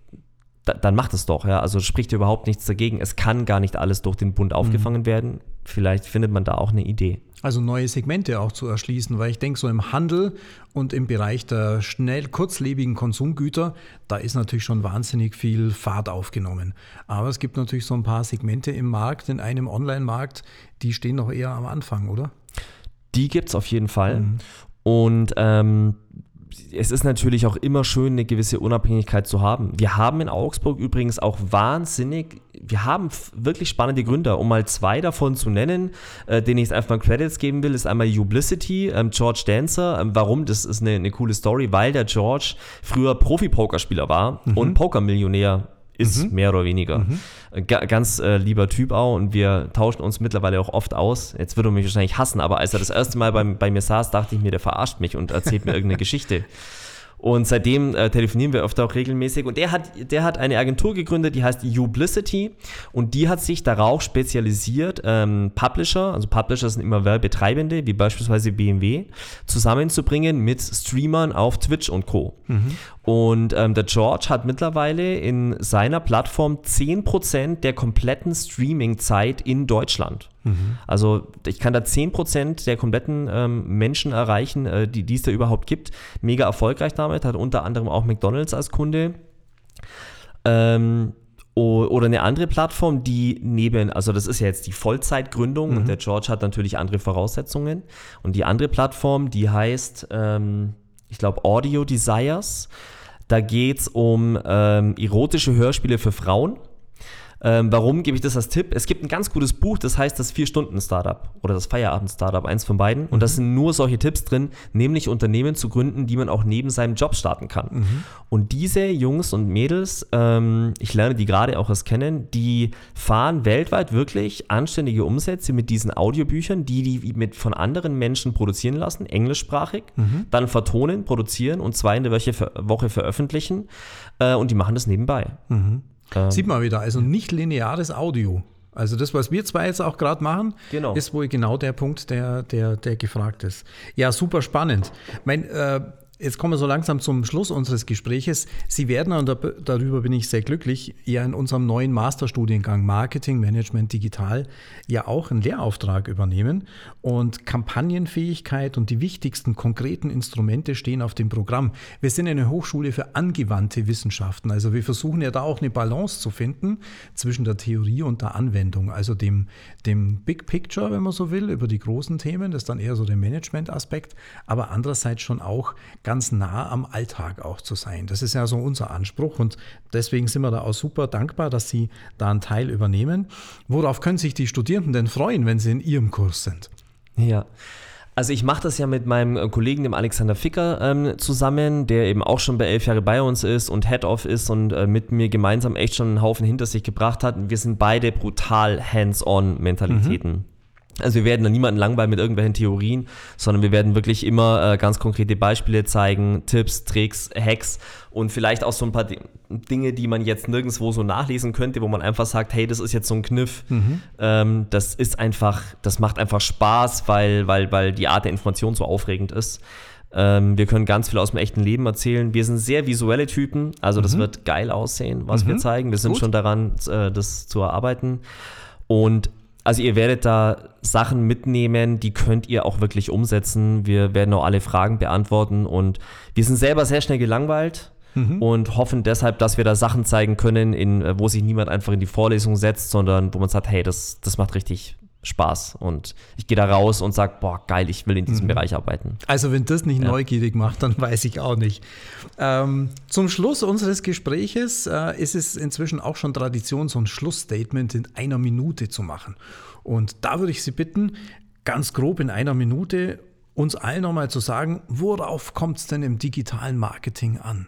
dann macht es doch, ja. Also spricht ja überhaupt nichts dagegen. Es kann gar nicht alles durch den Bund aufgefangen mhm. werden. Vielleicht findet man da auch eine Idee. Also neue Segmente auch zu erschließen, weil ich denke, so im Handel und im Bereich der schnell kurzlebigen Konsumgüter, da ist natürlich schon wahnsinnig viel Fahrt aufgenommen. Aber es gibt natürlich so ein paar Segmente im Markt, in einem Online-Markt, die stehen noch eher am Anfang, oder? Die gibt es auf jeden Fall. Mhm. Und ähm, es ist natürlich auch immer schön, eine gewisse Unabhängigkeit zu haben. Wir haben in Augsburg übrigens auch wahnsinnig, wir haben wirklich spannende Gründer. Um mal zwei davon zu nennen, äh, denen ich jetzt einfach mal Credits geben will, ist einmal Ublicity, ähm, George Dancer. Ähm, warum? Das ist eine, eine coole Story, weil der George früher Profi-Pokerspieler war mhm. und Pokermillionär ist, mhm. mehr oder weniger. Mhm. G- ganz äh, lieber Typ auch und wir tauschen uns mittlerweile auch oft aus. Jetzt würde er mich wahrscheinlich hassen, aber als er das erste Mal bei, bei mir saß, dachte ich mir, der verarscht mich und erzählt mir irgendeine Geschichte. Und seitdem äh, telefonieren wir öfter auch regelmäßig. Und der hat, der hat eine Agentur gegründet, die heißt Ublicity. Und die hat sich darauf spezialisiert, ähm, Publisher, also Publisher sind immer Werbetreibende, wie beispielsweise B M W, zusammenzubringen mit Streamern auf Twitch und Co. Mhm. Und ähm, der George hat mittlerweile in seiner Plattform zehn Prozent der kompletten Streaming-Zeit in Deutschland. Mhm. Also ich kann da zehn Prozent der kompletten ähm, Menschen erreichen, äh, die, die es da überhaupt gibt. Mega erfolgreich damit, hat unter anderem auch McDonald's als Kunde. Ähm, oder eine andere Plattform, die neben, also das ist ja jetzt die Vollzeitgründung, mhm. und der George hat natürlich andere Voraussetzungen. Und die andere Plattform, die heißt, ähm, ich glaube, Audio Desires. Da geht es um ähm, erotische Hörspiele für Frauen. Ähm, warum gebe ich das als Tipp? Es gibt ein ganz gutes Buch, das heißt das Vier-Stunden-Startup oder das Feierabend-Startup, eins von beiden. Und mhm. da sind nur solche Tipps drin, nämlich Unternehmen zu gründen, die man auch neben seinem Job starten kann. Mhm. Und diese Jungs und Mädels, ähm, ich lerne die gerade auch erst kennen, die fahren weltweit wirklich anständige Umsätze mit diesen Audiobüchern, die die mit von anderen Menschen produzieren lassen, englischsprachig, mhm. dann vertonen, produzieren und zwei in der Woche, Woche veröffentlichen. Äh, und die machen das nebenbei. Mhm. Ähm, Sieht man wieder, also nicht lineares Audio. Also das, was wir zwei jetzt auch gerade machen, genau. ist wohl genau der Punkt, der, der, der gefragt ist. Ja, super spannend. Mein, äh, jetzt kommen wir so langsam zum Schluss unseres Gespräches. Sie werden, und darüber bin ich sehr glücklich, ja in unserem neuen Masterstudiengang Marketing, Management, Digital ja auch einen Lehrauftrag übernehmen. Und Kampagnenfähigkeit und die wichtigsten konkreten Instrumente stehen auf dem Programm. Wir sind eine Hochschule für angewandte Wissenschaften. Also wir versuchen ja da auch eine Balance zu finden zwischen der Theorie und der Anwendung. Also dem, dem Big Picture, wenn man so will, über die großen Themen. Das ist dann eher so der Management-Aspekt. Aber andererseits schon auch ganz nah am Alltag auch zu sein. Das ist ja so unser Anspruch und deswegen sind wir da auch super dankbar, dass Sie da einen Teil übernehmen. Worauf können sich die Studierenden denn freuen, wenn sie in Ihrem Kurs sind? Ja, also ich mache das ja mit meinem Kollegen, dem Alexander Ficker, ähm, zusammen, der eben auch schon bei elf Jahre bei uns ist und Head-Off ist und äh, mit mir gemeinsam echt schon einen Haufen hinter sich gebracht hat. Und wir sind beide brutal hands-on-Mentalitäten. Mhm. Also wir werden da niemanden langweilen mit irgendwelchen Theorien, sondern wir werden wirklich immer äh, ganz konkrete Beispiele zeigen, Tipps, Tricks, Hacks und vielleicht auch so ein paar D- Dinge, die man jetzt nirgendwo so nachlesen könnte, wo man einfach sagt, hey, das ist jetzt so ein Kniff. Mhm. Ähm, das ist einfach, das macht einfach Spaß, weil, weil, weil die Art der Information so aufregend ist. Ähm, wir können ganz viel aus dem echten Leben erzählen. Wir sind sehr visuelle Typen, also das mhm. wird geil aussehen, was mhm. wir zeigen. Wir sind Gut. schon daran, äh, das zu erarbeiten. Und also ihr werdet da Sachen mitnehmen, die könnt ihr auch wirklich umsetzen. Wir werden auch alle Fragen beantworten und wir sind selber sehr schnell gelangweilt mhm. und hoffen deshalb, dass wir da Sachen zeigen können, in, wo sich niemand einfach in die Vorlesung setzt, sondern wo man sagt, hey, das, das macht richtig Spaß und ich gehe da raus und sage, boah, geil, ich will in diesem mhm. Bereich arbeiten. Also wenn das nicht ja. neugierig macht, dann weiß ich auch nicht. Ähm, zum Schluss unseres Gespräches äh, ist es inzwischen auch schon Tradition, so ein Schlussstatement in einer Minute zu machen. Und da würde ich Sie bitten, ganz grob in einer Minute uns allen nochmal zu sagen, worauf kommt es denn im digitalen Marketing an?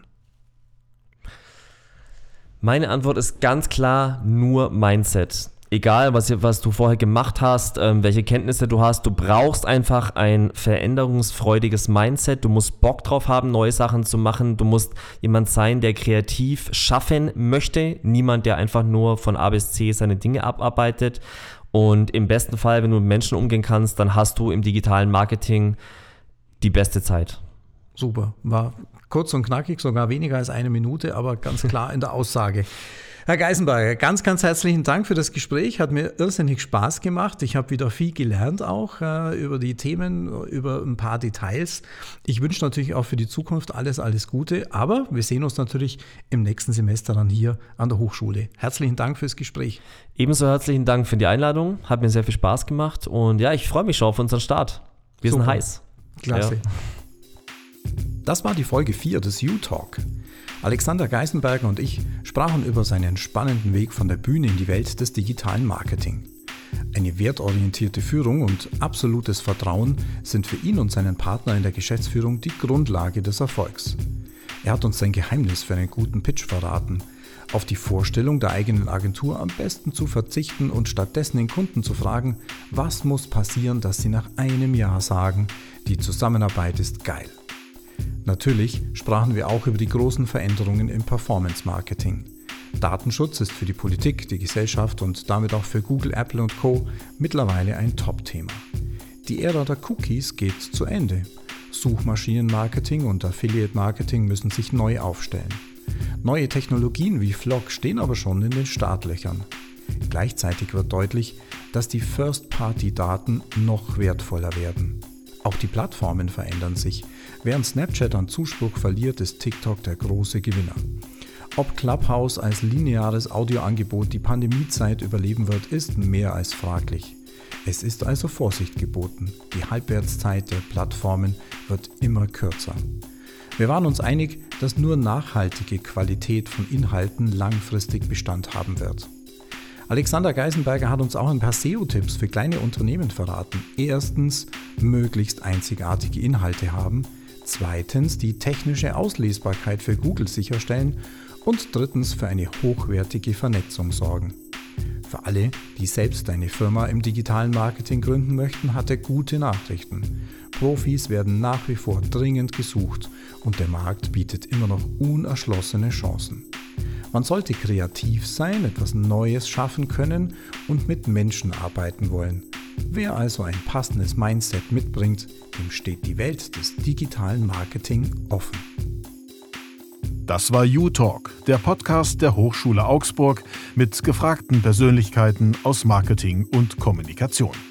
Meine Antwort ist ganz klar nur Mindset. Egal, was, was du vorher gemacht hast, ähm, welche Kenntnisse du hast, du brauchst einfach ein veränderungsfreudiges Mindset. Du musst Bock drauf haben, neue Sachen zu machen. Du musst jemand sein, der kreativ schaffen möchte. Niemand, der einfach nur von A bis C seine Dinge abarbeitet. Und im besten Fall, wenn du mit Menschen umgehen kannst, dann hast du im digitalen Marketing die beste Zeit. Super, war kurz und knackig, sogar weniger als eine Minute, aber ganz klar in der Aussage. Herr Geisenberger, ganz, ganz herzlichen Dank für das Gespräch. Hat mir irrsinnig Spaß gemacht. Ich habe wieder viel gelernt auch äh, über die Themen, über ein paar Details. Ich wünsche natürlich auch für die Zukunft alles, alles Gute. Aber wir sehen uns natürlich im nächsten Semester dann hier an der Hochschule. Herzlichen Dank fürs Gespräch. Ebenso herzlichen Dank für die Einladung. Hat mir sehr viel Spaß gemacht. Und ja, ich freue mich schon auf unseren Start. Wir Super. sind heiß. Klasse. Ja. Das war die Folge vier des U-Talk. Alexander Geisenberger und ich sprachen über seinen spannenden Weg von der Bühne in die Welt des digitalen Marketing. Eine wertorientierte Führung und absolutes Vertrauen sind für ihn und seinen Partner in der Geschäftsführung die Grundlage des Erfolgs. Er hat uns sein Geheimnis für einen guten Pitch verraten, auf die Vorstellung der eigenen Agentur am besten zu verzichten und stattdessen den Kunden zu fragen, was muss passieren, dass sie nach einem Jahr sagen, die Zusammenarbeit ist geil. Natürlich sprachen wir auch über die großen Veränderungen im Performance-Marketing. Datenschutz ist für die Politik, die Gesellschaft und damit auch für Google, Apple und Co. mittlerweile ein Top-Thema. Die Ära der Cookies geht zu Ende. Suchmaschinenmarketing und Affiliate-Marketing müssen sich neu aufstellen. Neue Technologien wie Flock stehen aber schon in den Startlöchern. Gleichzeitig wird deutlich, dass die First-Party-Daten noch wertvoller werden. Auch die Plattformen verändern sich. Während Snapchat an Zuspruch verliert, ist TikTok der große Gewinner. Ob Clubhouse als lineares Audioangebot die Pandemiezeit überleben wird, ist mehr als fraglich. Es ist also Vorsicht geboten. Die Halbwertszeit der Plattformen wird immer kürzer. Wir waren uns einig, dass nur nachhaltige Qualität von Inhalten langfristig Bestand haben wird. Alexander Geisenberger hat uns auch ein paar S E O-Tipps für kleine Unternehmen verraten. Erstens, möglichst einzigartige Inhalte haben. Zweitens, die technische Auslesbarkeit für Google sicherstellen. Und drittens, für eine hochwertige Vernetzung sorgen. Für alle, die selbst eine Firma im digitalen Marketing gründen möchten, hat er gute Nachrichten. Profis werden nach wie vor dringend gesucht und der Markt bietet immer noch unerschlossene Chancen. Man sollte kreativ sein, etwas Neues schaffen können und mit Menschen arbeiten wollen. Wer also ein passendes Mindset mitbringt, dem steht die Welt des digitalen Marketing offen. Das war U-Talk, der Podcast der Hochschule Augsburg mit gefragten Persönlichkeiten aus Marketing und Kommunikation.